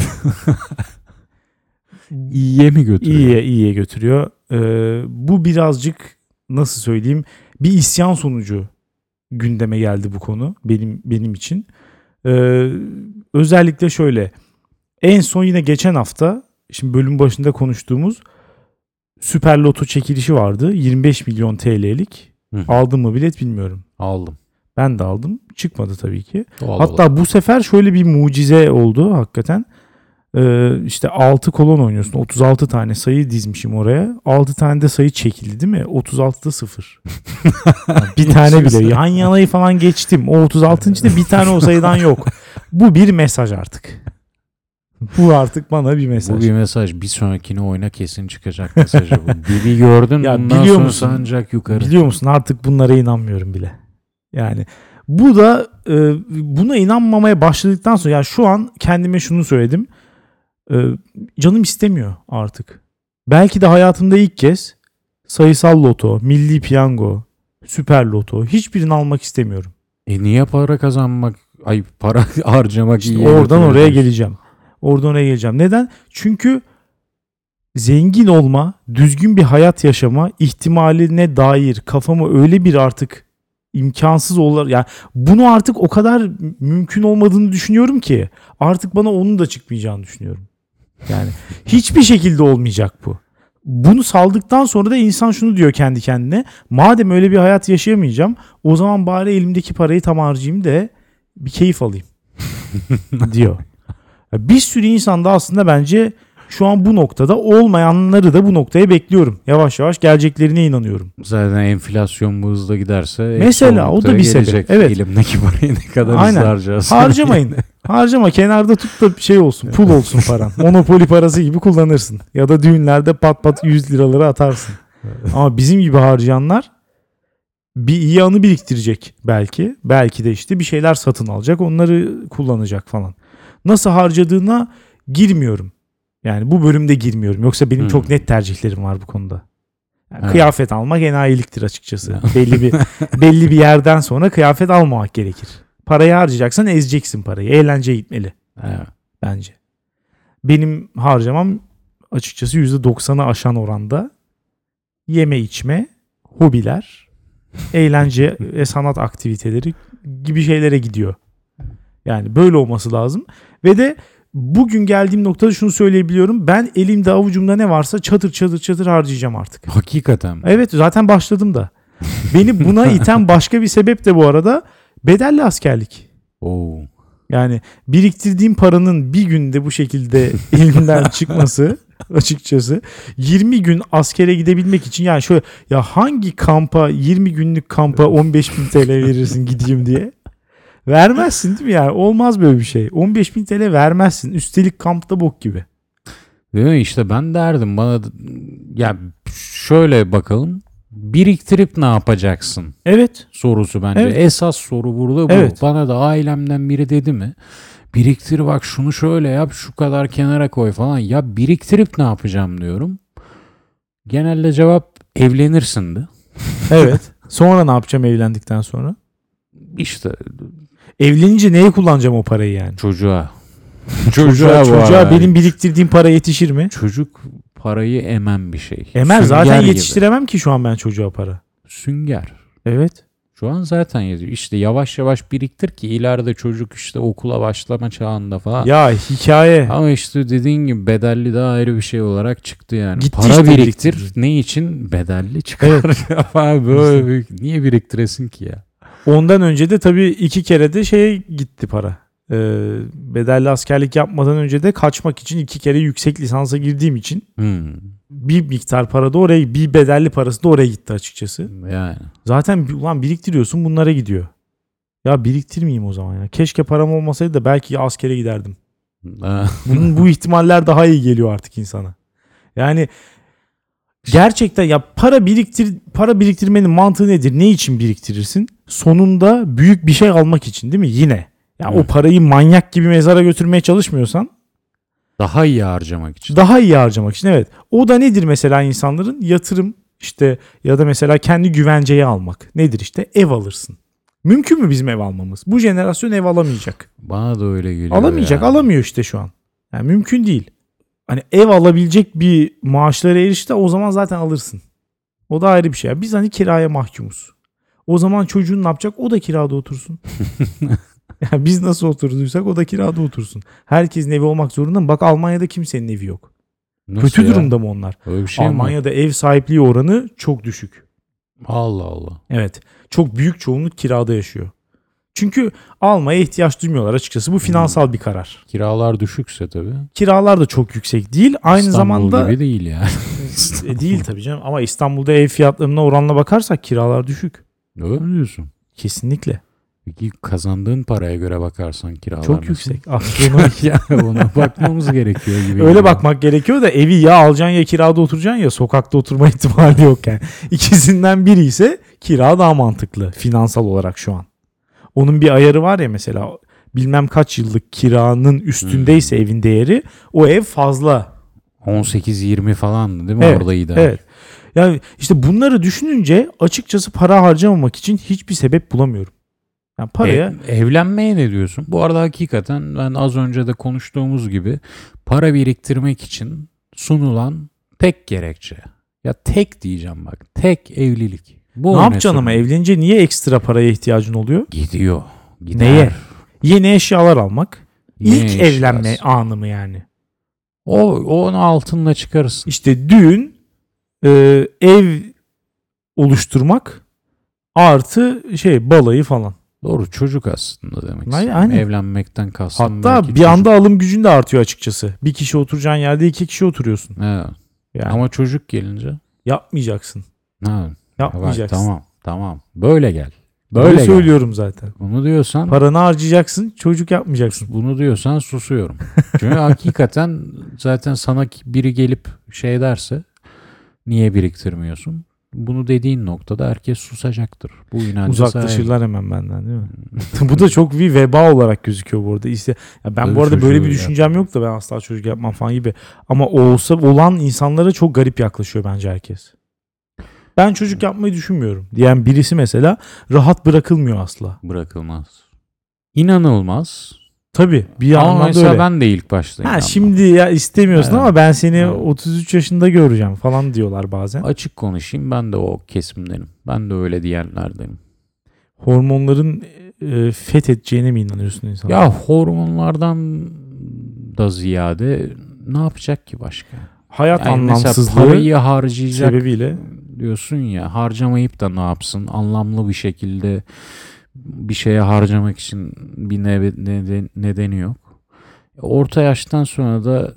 İyiye mi götürüyor? İyiye iyiye götürüyor. Ee, bu birazcık nasıl söyleyeyim, bir isyan sonucu gündeme geldi bu konu benim benim için. Ee, özellikle şöyle, en son yine geçen hafta, şimdi bölüm başında konuştuğumuz Süper Loto çekilişi vardı. yirmi beş milyon T L'lik. Hı hı. Aldım mı bilet bilmiyorum. Aldım. Ben de aldım. Çıkmadı tabii ki. Doğal Hatta olarak. bu sefer şöyle bir mucize oldu hakikaten. Ee, işte altı kolon oynuyorsun. otuz altı tane sayı dizmişim oraya. altı tane de sayı çekildi değil mi? otuz altıda sıfır. Bir tane bile. Yan yanayı falan geçtim. O otuz altıncı.da bir tane o sayıdan yok. Bu bir mesaj artık. Bu artık bana bir mesaj. Bu bir mesaj. Bir sonrakine oyna kesin çıkacak mesajı bu. Bir, bir gördün Ya bundan biliyor sonra musun? sancak yukarı. Biliyor musun, artık bunlara inanmıyorum bile. Yani bu da e, buna inanmamaya başladıktan sonra, yani şu an kendime şunu söyledim. E, canım istemiyor artık. Belki de hayatımda ilk kez sayısal loto, milli piyango, süper loto, hiçbirini almak istemiyorum. E niye para kazanmak, ay para harcamak İşte iyi? oradan oraya geleceğim. Oradan oraya geleceğim. Neden? Çünkü zengin olma, düzgün bir hayat yaşama ihtimaline dair kafamı öyle bir artık imkansız olur. Yani bunu artık o kadar mümkün olmadığını düşünüyorum ki artık bana onun da çıkmayacağını düşünüyorum. Yani hiçbir şekilde olmayacak bu. Bunu saldıktan sonra da insan şunu diyor kendi kendine: madem öyle bir hayat yaşayamayacağım, o zaman bari elimdeki parayı tam harcayayım da bir keyif alayım diyor. Bir sürü insan da aslında bence şu an bu noktada, olmayanları da bu noktaya bekliyorum. Yavaş yavaş geleceklerine inanıyorum. Zaten enflasyon bu hızla giderse Mesela o da bir sebep. gelecek. Evet. Elimdeki parayı ne kadar Aynen. hızlı harcarsın. Harcamayın. Harcama, kenarda tut da şey olsun, pul olsun paran. Monopoly parası gibi kullanırsın. Ya da düğünlerde pat pat yüz liraları atarsın. Ama bizim gibi harcayanlar bir iyi anı biriktirecek belki. Belki de işte bir şeyler satın alacak, onları kullanacak falan. Nasıl harcadığına girmiyorum. Yani bu bölümde girmiyorum. Yoksa benim Hmm. çok net tercihlerim var bu konuda. Yani Evet. kıyafet almak enayiliktir açıkçası. belli bir belli bir yerden sonra kıyafet almamak gerekir. Parayı harcayacaksan ezeceksin parayı. Eğlenceye gitmeli Evet. bence. Benim harcamam açıkçası yüzde doksanı aşan oranda yeme içme, hobiler, eğlence ve sanat aktiviteleri gibi şeylere gidiyor. Yani böyle olması lazım. Ve de bugün geldiğim noktada şunu söyleyebiliyorum: ben elimde avucumda ne varsa çatır çatır çatır harcayacağım artık. Hakikaten. Evet, zaten başladım da. Beni buna iten başka bir sebep de bu arada bedelli askerlik. Oo. Yani biriktirdiğim paranın bir günde bu şekilde elimden çıkması, açıkçası yirmi gün askere gidebilmek için, yani şöyle, ya hangi kampa yirmi günlük kampa on beş bin T L verirsin gideyim diye? Vermezsin değil mi yani? Olmaz böyle bir şey. on beş bin T L vermezsin. Üstelik kampta bok gibi. Değil mi? İşte ben derdim bana, ya şöyle bakalım, biriktirip ne yapacaksın Evet. sorusu bence. Evet. Esas soru burada bu. Evet. Bana da ailemden biri dedi mi? Biriktir bak, şunu şöyle yap, şu kadar kenara koy falan. Ya biriktirip ne yapacağım diyorum. Genelde cevap evlenirsin de. Evet. Sonra ne yapacağım evlendikten sonra? İşte Evlenince neye kullanacağım o parayı yani? çocuğa. Çocuğa, bu çocuğa arada. benim biriktirdiğim para yetişir mi? Çocuk parayı emen bir şey. Emer Sünger zaten gibi. yetiştiremem ki şu an ben çocuğa para. Sünger. Evet. Şu an zaten yazıyor. İşte yavaş yavaş biriktir ki ileride çocuk işte okula başlama çağında falan. Ya hikaye. Ama işte dediğin gibi bedelli daha ayrı bir şey olarak çıktı yani. Gitti Para işte biriktir. biriktirdi. Ne için? Bedelli çıkar. Abi böyle büyük. Niye biriktiresin ki ya? Ondan önce de tabii iki kere de şeye gitti para. Ee, bedelli askerlik yapmadan önce de kaçmak için iki kere yüksek lisansa girdiğim için Hmm. bir miktar para da oraya, bir bedelli parası da oraya gitti açıkçası. Yani. Zaten ulan biriktiriyorsun, bunlara gidiyor. Ya biriktirmeyeyim o zaman ya. Keşke param olmasaydı da belki askere giderdim. Bunun bu ihtimaller daha iyi geliyor artık insana. Yani gerçekten ya para biriktir para biriktirmenin mantığı nedir? Ne için biriktirirsin? Sonunda büyük bir şey almak için, değil mi? Yine. Ya Hı. o parayı manyak gibi mezara götürmeye çalışmıyorsan Daha iyi harcamak için. daha iyi harcamak için, evet. O da nedir mesela insanların? Yatırım işte, ya da mesela kendi güvenceye almak. Nedir işte? Ev alırsın. Mümkün mü bizim ev almamız? Bu jenerasyon ev alamayacak. Bana da öyle geliyor. Alamayacak, ya. alamıyor işte şu an. Yani mümkün değil. Hani ev alabilecek bir maaşlara erişte o zaman zaten alırsın. O da ayrı bir şey. Biz hani kiraya mahkumuz. O zaman çocuğun ne yapacak? O da kirada otursun. Yani biz nasıl oturduysak o da kirada otursun. Herkesin evi olmak zorunda mı? Bak Almanya'da kimsenin evi yok. Nasıl Kötü ya? durumda mı onlar? Öyle bir şey mi? Almanya'da ev sahipliği oranı çok düşük. Allah Allah. Evet. Çok büyük çoğunluk kirada yaşıyor. Çünkü almaya ihtiyaç duymuyorlar açıkçası. Bu finansal bir karar. Kiralar düşükse tabii. Kiralar da çok yüksek değil. Aynı İstanbul zamanda gibi değil yani. E, değil tabii canım, ama İstanbul'da ev fiyatlarına oranla bakarsak kiralar düşük. Öyle mi diyorsun? Kesinlikle. Peki kazandığın paraya göre bakarsan kiralar Çok nasıl? yüksek. Astronomik. Yani ona bakmamız gerekiyor gibi. Öyle geliyor. bakmak gerekiyor da evi ya alacaksın ya kirada oturacaksın ya sokakta oturma ihtimali yok yani. İkisinden biri ise kira daha mantıklı finansal olarak şu an. Onun bir ayarı var ya, mesela bilmem kaç yıllık kiranın üstündeyse evin değeri, o ev fazla. on sekiz yirmi falandı değil mi Evet, orada ideal? Evet. Yani işte bunları düşününce açıkçası para harcamamak için hiçbir sebep bulamıyorum. Yani paraya Ev- evlenmeye ne diyorsun? Bu arada hakikaten ben az önce de konuştuğumuz gibi para biriktirmek için sunulan tek gerekçe. Ya tek diyeceğim bak. Tek evlilik. Bu ne öne yapacaksın ama sürülüyor. evlenince niye ekstra paraya ihtiyacın oluyor? Gidiyor. Gider. Neye? Yeni eşyalar almak. Yeni İlk eşyası. evlenme anı mı yani? O onu altınla çıkarırsın. İşte düğün, e, ev oluşturmak artı şey balayı falan. Doğru, çocuk aslında demek Ay- istiyorum. aynen. Evlenmekten kastım Hatta belki bir çocuk. anda alım gücün de artıyor açıkçası. Bir kişi oturacağın yerde iki kişi oturuyorsun. Evet. Yani Ama çocuk gelince yapmayacaksın. ha, Yapmayacaksın. bak, tamam tamam böyle gel. Böyle Böyle gel. söylüyorum zaten. Bunu diyorsan Paranı harcayacaksın, çocuk yapmayacaksın. bunu diyorsan susuyorum. Çünkü hakikaten zaten sana biri gelip şey derse niye biriktirmiyorsun? Bunu dediğin noktada herkes susacaktır. Bu inanca Uzaklaşırlar hemen benden, değil mi? Bu da çok bir veba olarak gözüküyor bu arada. İşte ya ben Böyle bu arada böyle bir çocuğu düşüncem yok da ben asla çocuk yapmam falan gibi. Ama olsa olan insanlara çok garip yaklaşıyor bence herkes. Ben çocuk yapmayı düşünmüyorum diyen birisi mesela rahat bırakılmıyor asla. bırakılmaz. İnanılmaz. Tabii bir Ama yandan da mesela öyle. ben de ilk başta Ha, inanmam. şimdi ya istemiyorsun Evet. ama ben seni Evet. otuz üç yaşında göreceğim falan diyorlar bazen. Açık konuşayım, ben de o kesimdenim. Ben de öyle diyenlerdenim. Hormonların e, fethedeceğine mi inanıyorsun insan? Ya hormonlardan da ziyade ne yapacak ki başka? Hayat Yani mesela anlamsızlığı parayı harcayacak sebebiyle diyorsun ya, harcamayıp da ne yapsın? Anlamlı bir şekilde bir şeye harcamak için bir ne- neden- nedeni yok. Orta yaştan sonra da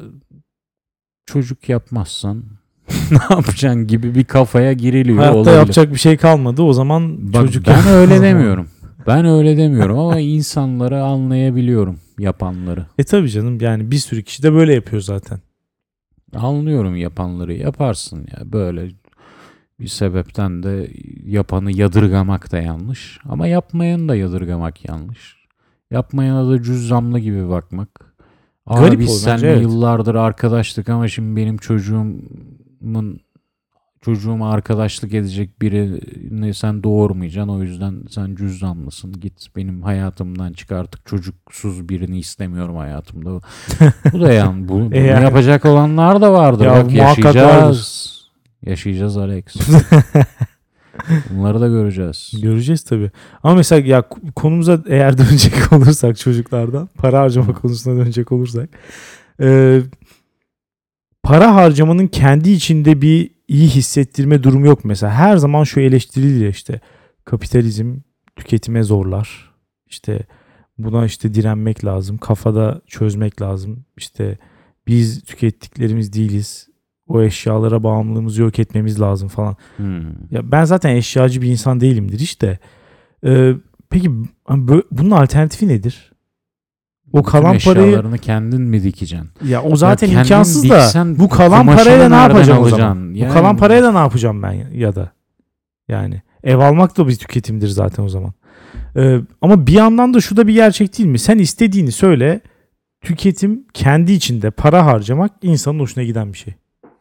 çocuk yapmazsan ne yapacaksın gibi bir kafaya giriliyor hayatta olabilir. yapacak bir şey kalmadı. O zaman Bak, çocuk ben yap- öyle demiyorum. Ben öyle demiyorum ama insanları anlayabiliyorum, yapanları. E tabii canım, yani bir sürü kişi de böyle yapıyor zaten. Anlıyorum yapanları. Yaparsın ya, böyle bir sebepten de yapanı yadırgamak da yanlış. Ama yapmayanı da yadırgamak yanlış. Yapmayana da cüzzamlı gibi bakmak. Aa, Garip biz o bence, seninle evet. yıllardır arkadaştık ama şimdi benim çocuğumun çocuğuma arkadaşlık edecek birini sen doğurmayacaksın. O yüzden sen cüzdanlısın. Git benim hayatımdan çık, artık çocuksuz birini istemiyorum hayatımda. Bu da yani bu, bunu E yani. yapacak olanlar da vardır. Ya Bak muhakkak yaşayacağız. vardır. Yaşayacağız Alex. Bunları da göreceğiz. Göreceğiz tabii. Ama mesela ya konumuza eğer dönecek olursak çocuklardan, para harcama konusuna dönecek olursak. E, para harcamanın kendi içinde bir iyi hissettirme durumu yok mesela. Her zaman şu eleştirilir işte. Kapitalizm tüketime zorlar. İşte buna işte direnmek lazım. Kafada çözmek lazım. İşte biz tükettiklerimiz değiliz. O eşyalara bağımlılığımızı yok etmemiz lazım falan. Hmm. Ya ben zaten eşyacı bir insan değilimdir işte. Ee, peki bunun alternatifi nedir? O Bütün kalan parayı eşyalarını kendin mi dikeceksin? ya o zaten Ya kendin imkansız da diksen bu kalan kumaşını parayla ne nereden yapacağım o alacaksın? zaman? Yani- Bu kalan parayla ne yapacağım ben ya, ya da yani ev almak da bir tüketimdir zaten o zaman. Ee, ama bir yandan da şu da bir gerçek değil mi? Sen istediğini söyle. Tüketim kendi içinde para harcamak insanın hoşuna giden bir şey.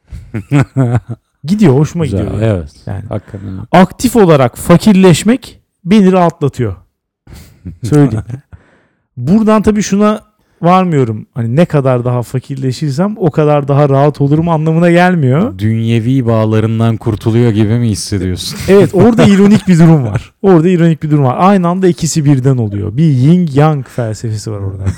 Gidiyor, hoşuma Güzel, gidiyor. Yani. evet. Yani Hakikaten. aktif olarak fakirleşmek beni rahatlatıyor. Söyleyeyim. Buradan tabii şuna varmıyorum. Hani ne kadar daha fakirleşirsem o kadar daha rahat olurum anlamına gelmiyor. Dünyevi bağlarından kurtuluyor gibi mi hissediyorsun? Evet, orada ironik bir durum var. Orada ironik bir durum var. Aynı anda ikisi birden oluyor. Bir yin yang felsefesi var orada.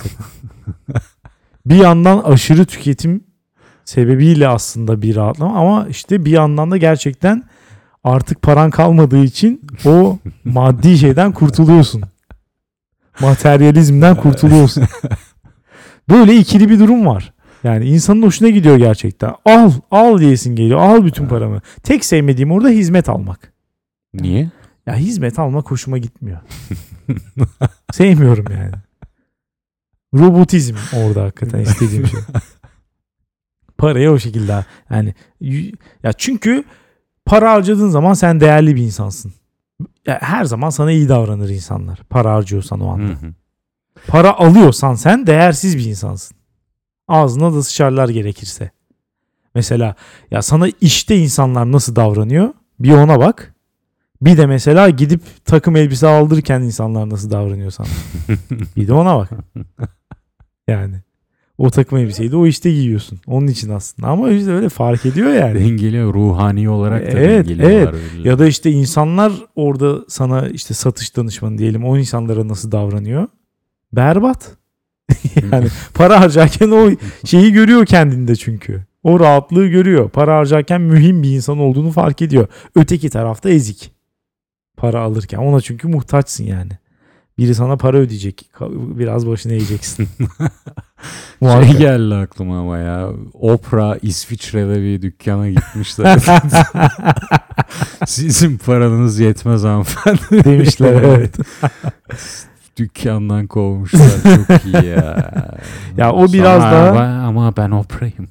Bir yandan aşırı tüketim sebebiyle aslında bir rahatlama ama işte bir yandan da gerçekten artık paran kalmadığı için o maddi şeyden kurtuluyorsun. Materyalizmden kurtuluyorsun. Böyle ikili bir durum var. Yani insanın hoşuna gidiyor gerçekten. Al, al diyesin geliyor. Al bütün paramı. Tek sevmediğim orada hizmet almak. Niye? Ya hizmet almak hoşuma gitmiyor. Sevmiyorum yani. Robotizm orada hakikaten istediğim şey. Parayı o şekilde yani ya çünkü para harcadığın zaman sen değerli bir insansın. Ya her zaman sana iyi davranır insanlar. Para harcıyorsan o anda. Hı hı. Para alıyorsan sen değersiz bir insansın. Ağzına da sıçarlar gerekirse. Mesela ya sana işte insanlar nasıl davranıyor? Bir ona bak. Bir de mesela gidip takım elbise aldırırken insanlar nasıl davranıyor sana? Bir de ona bak. Yani o takım elbiseyi de o işte giyiyorsun. Onun için aslında. Ama işte öyle fark ediyor yani. Dengeli, ruhani olarak da Evet, dengeli evet. var. Öyle. Ya da işte insanlar orada sana işte satış danışmanı diyelim. O insanlara nasıl davranıyor? Berbat. Yani para harcarken o şeyi görüyor kendinde çünkü. O rahatlığı görüyor. Para harcarken mühim bir insan olduğunu fark ediyor. Öteki tarafta ezik. Para alırken. Ona çünkü muhtaçsın yani. Biri sana para ödeyecek. Biraz başına eğeceksin. Şey geldi aklıma ama ya. Oprah İsviçre'de bir dükkana gitmişler. Sizin paranız yetmez hanımefendi demişler. Evet. Dükkandan kovmuşlar. Çok iyi ya. Ya o biraz Sana, daha... "Ben- ama ben Oprah'yım."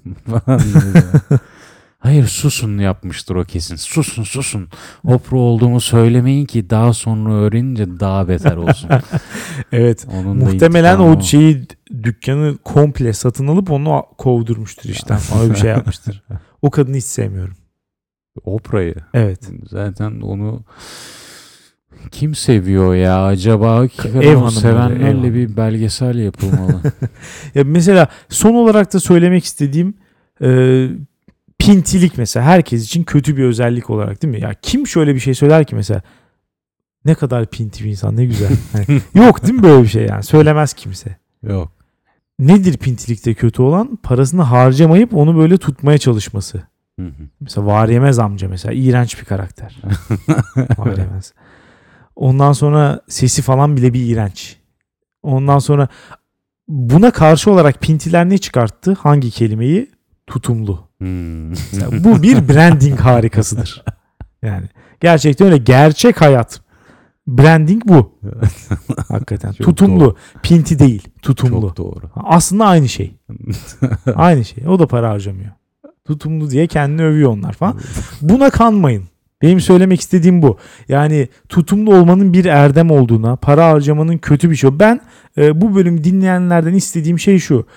Hayır, susun yapmıştır o kesin. Susun susun. Oprah olduğumu söylemeyin ki daha sonra öğrenince daha beter olsun. Evet. Onun da Muhtemelen intikamı o şeyi dükkanı komple satın alıp onu kovdurmuştur işte. Öyle bir şey yapmıştır. O kadını hiç sevmiyorum. Oprah'yı. Evet. Zaten onu kim seviyor ya acaba? Ev Onu hanımları, sevenlerle ev bir belgesel yapılmalı. Ya mesela son olarak da söylemek istediğim e, pintilik mesela herkes için kötü bir özellik olarak değil mi? Ya kim şöyle bir şey söyler ki mesela ne kadar pinti bir insan ne güzel. Yani, yok değil mi böyle bir şey yani söylemez kimse. Yok. Nedir pintilikte kötü olan? Parasını harcamayıp onu böyle tutmaya çalışması. Hı hı. Mesela Var Yemez amca mesela iğrenç bir karakter. Var Yemez. Ondan sonra sesi falan bile bir iğrenç. Ondan sonra buna karşı olarak pintiler ne çıkarttı? Hangi kelimeyi? Tutumlu. Hmm. Mesela bu bir branding harikasıdır. Yani gerçekten öyle. Gerçek hayat. Branding bu. Hakikaten. Çok Tutumlu. doğru. Pinti değil. Tutumlu. Çok doğru. Aslında aynı şey. Aynı şey. O da para harcamıyor. Tutumlu diye kendini övüyor onlar falan. Buna kanmayın. Benim söylemek istediğim bu. Yani tutumlu olmanın bir erdem olduğuna, para harcamanın kötü bir şey. Ben e, bu bölümü dinleyenlerden istediğim şey şu.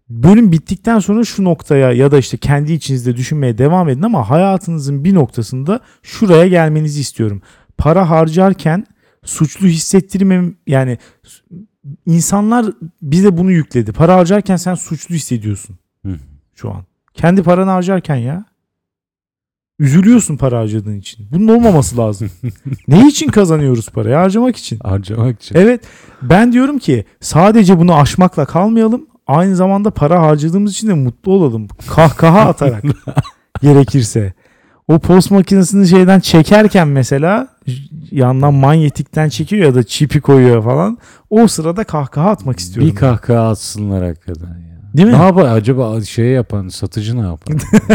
bölüm bittikten sonra şu noktaya ya da işte kendi içinizde düşünmeye devam edin ama hayatınızın bir noktasında şuraya gelmenizi istiyorum. Para harcarken suçlu hissettirmem, yani insanlar bize bunu yükledi. Para harcarken sen suçlu hissediyorsun. Hı. Şu an. Kendi paranı harcarken ya. Üzülüyorsun para harcadığın için. Bunun olmaması lazım. Ne için kazanıyoruz parayı? Harcamak için. Harcamak için. Evet. Ben diyorum ki sadece bunu aşmakla kalmayalım. Aynı zamanda para harcadığımız için de mutlu olalım. Kahkaha atarak gerekirse. O post makinesini şeyden çekerken mesela yandan manyetikten çekiyor ya da çipi koyuyor falan. O sırada kahkaha atmak istiyorum. Bir kahkaha atsınlar hakikaten ya. Değil mi? Ne yapar acaba, şey yapan satıcı ne yapar?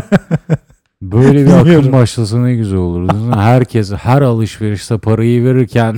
Böyle bir Bilmiyorum. akım başlasa ne güzel olur. Herkes her alışverişte parayı verirken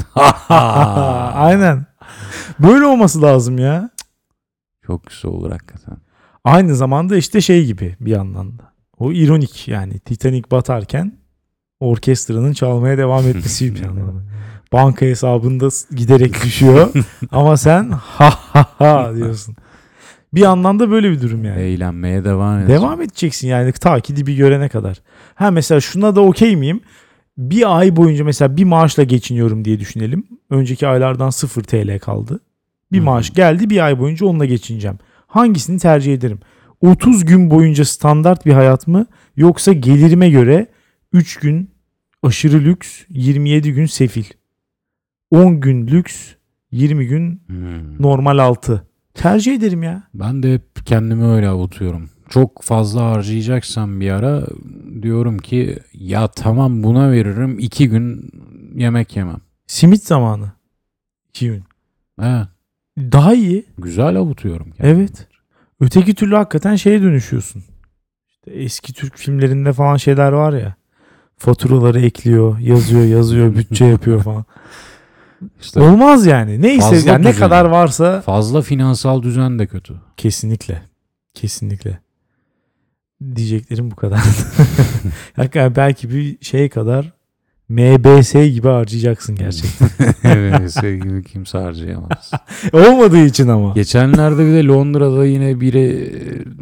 Aynen. Böyle olması lazım ya. çok güzel olur hakikaten. Aynı zamanda işte şey gibi bir yandan da. O ironik yani. Titanic batarken orkestranın çalmaya devam etmesi bir yandan. Banka hesabında giderek düşüyor ama sen ha ha ha diyorsun. Bir yandan da böyle bir durum yani. Eğlenmeye devam edeceksin. Devam edeceksin yani ta ki dibi görene kadar. Ha mesela şuna da okey miyim? Bir ay boyunca mesela bir maaşla geçiniyorum diye düşünelim. Önceki aylardan sıfır T L kaldı. Bir Hı. maaş geldi, bir ay boyunca onunla geçineceğim. Hangisini tercih ederim? otuz gün boyunca standart bir hayat mı? Yoksa gelirime göre üç gün aşırı lüks, yirmi yedi gün sefil. on gün lüks, yirmi gün Hmm. normal altı. Tercih ederim ya. Ben de hep kendimi öyle avutuyorum. Çok fazla harcayacaksam bir ara diyorum ki ya tamam buna veririm, iki gün yemek yemem. Simit zamanı. iki gün. Evet. Daha iyi. Güzel avutuyorum kendimi. Evet. Öteki türlü hakikaten şeye dönüşüyorsun. İşte eski Türk filmlerinde falan şeyler var ya. Faturaları ekliyor, yazıyor, yazıyor, bütçe yapıyor falan. İşte Olmaz yani. Neyse Fazla yani ne düzen. kadar varsa fazla finansal düzen de kötü. kesinlikle. Kesinlikle. Diyeceklerim bu kadar. Hakikaten belki bir şey kadar M B S gibi harcayacaksın gerçekten. Evet, sevgili kimse harcayamaz. Olmadığı için ama. Geçenlerde bir de Londra'da yine biri e,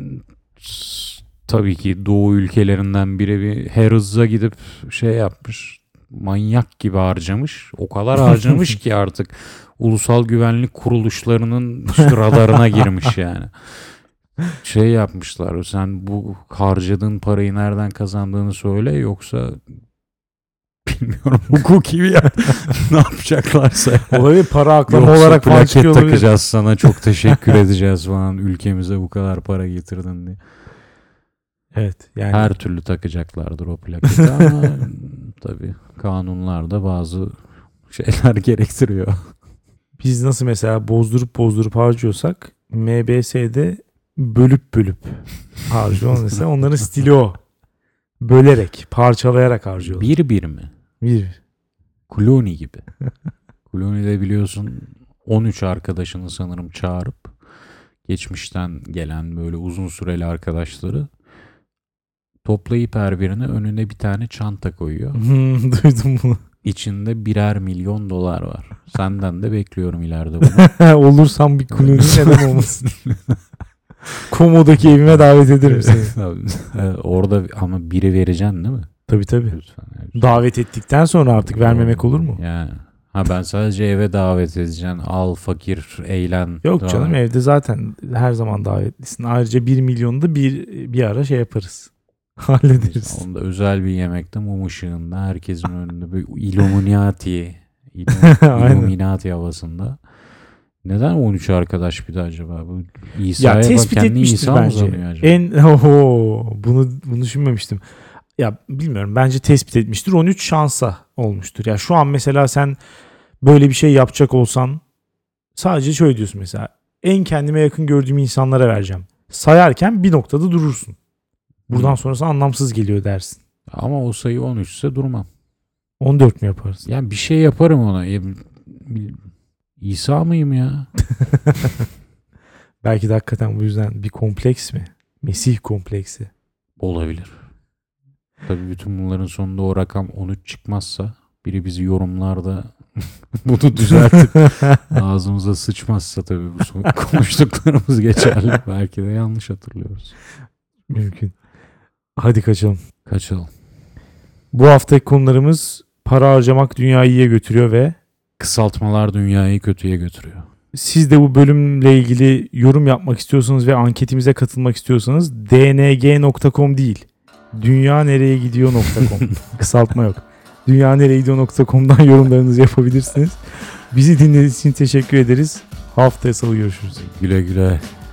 tabii ki Doğu ülkelerinden biri bir Harrods'a gidip şey yapmış. Manyak gibi harcamış. O kadar harcamış ki artık ulusal güvenlik kuruluşlarının işte radarına girmiş yani. Şey yapmışlar. Sen bu harcadığın parayı nereden kazandığını söyle, yoksa bilmiyorum hukuki bir yer ne yapacaklarsa. Olabilir, para aklama Yoksa olarak falan plaket çıkıyor olabilir. takacağız sana, çok teşekkür edeceğiz falan, ülkemize bu kadar para getirdin diye. Evet yani. Her türlü takacaklardır o plaketi ama tabii kanunlarda bazı şeyler gerektiriyor. Biz nasıl mesela bozdurup bozdurup harcıyorsak M B S'de bölüp bölüp harcıyor. Mesela onların stili o. Bölerek, parçalayarak harcıyorlar. Bir bir mi? Bir. Clooney gibi. Clooney'de biliyorsun on üç arkadaşını sanırım çağırıp geçmişten gelen böyle uzun süreli arkadaşları toplayıp her birine önüne bir tane çanta koyuyor. Hmm, duydum bunu. İçinde birer milyon dolar var. Senden de bekliyorum ileride bunu. Olursam bir Clooney neden olmasın. Komo'daki evime davet ederim seni. Evet, orada ama biri vereceksin değil mi? Tabii tabii. Lütfen. lütfen. Davet ettikten sonra artık vermemek olur mu? Yani. Ha ben sadece eve davet edeceksin. Al fakir eğlen. Yok Davet. canım, evde zaten her zaman davetlisin. Ayrıca bir milyonu da bir, bir ara şey yaparız. Hallederiz. Onda özel bir yemekte mum ışığında herkesin önünde bir Illuminati Illum- Aynen. Illuminati havasında. Neden on üç arkadaş bir de acaba? Bu İsa'ya Ya bak, tespit kendi etmiştir İsa mı bence. sanıyor acaba? En oho, bunu bunu düşünmemiştim. Ya bilmiyorum, bence tespit etmiştir. on üç şansa olmuştur. Ya şu an mesela sen böyle bir şey yapacak olsan sadece şöyle diyorsun mesela. En kendime yakın gördüğüm insanlara vereceğim. Sayarken bir noktada durursun. Buradan Hı. sonrası anlamsız geliyor dersin. Ama o sayı on üç ise durmam. on dört mü yaparız? Yani bir şey yaparım ona. Ya, İsa mıyım ya? Belki de hakikaten bu yüzden bir kompleks mi? Mesih kompleksi. Olabilir. Tabii bütün bunların sonunda o rakam on üç çıkmazsa biri bizi yorumlarda Bunu düzeltip ağzımıza sıçmazsa tabii bu son konuştuklarımız geçerli. Belki de yanlış hatırlıyoruz. Mümkün. Hadi kaçalım. Kaçalım. Bu haftaki konularımız para harcamak dünyayı iyiye götürüyor ve Kısaltmalar dünyayı kötüye götürüyor. siz de bu bölümle ilgili yorum yapmak istiyorsanız ve anketimize katılmak istiyorsanız d n g nokta com değil. dünya nereye gidiyor nokta com. Kısaltma yok. dünya nereye gidiyor nokta com'dan yorumlarınızı yapabilirsiniz. Bizi dinlediğiniz için teşekkür ederiz. Haftaya salı görüşürüz. Güle güle.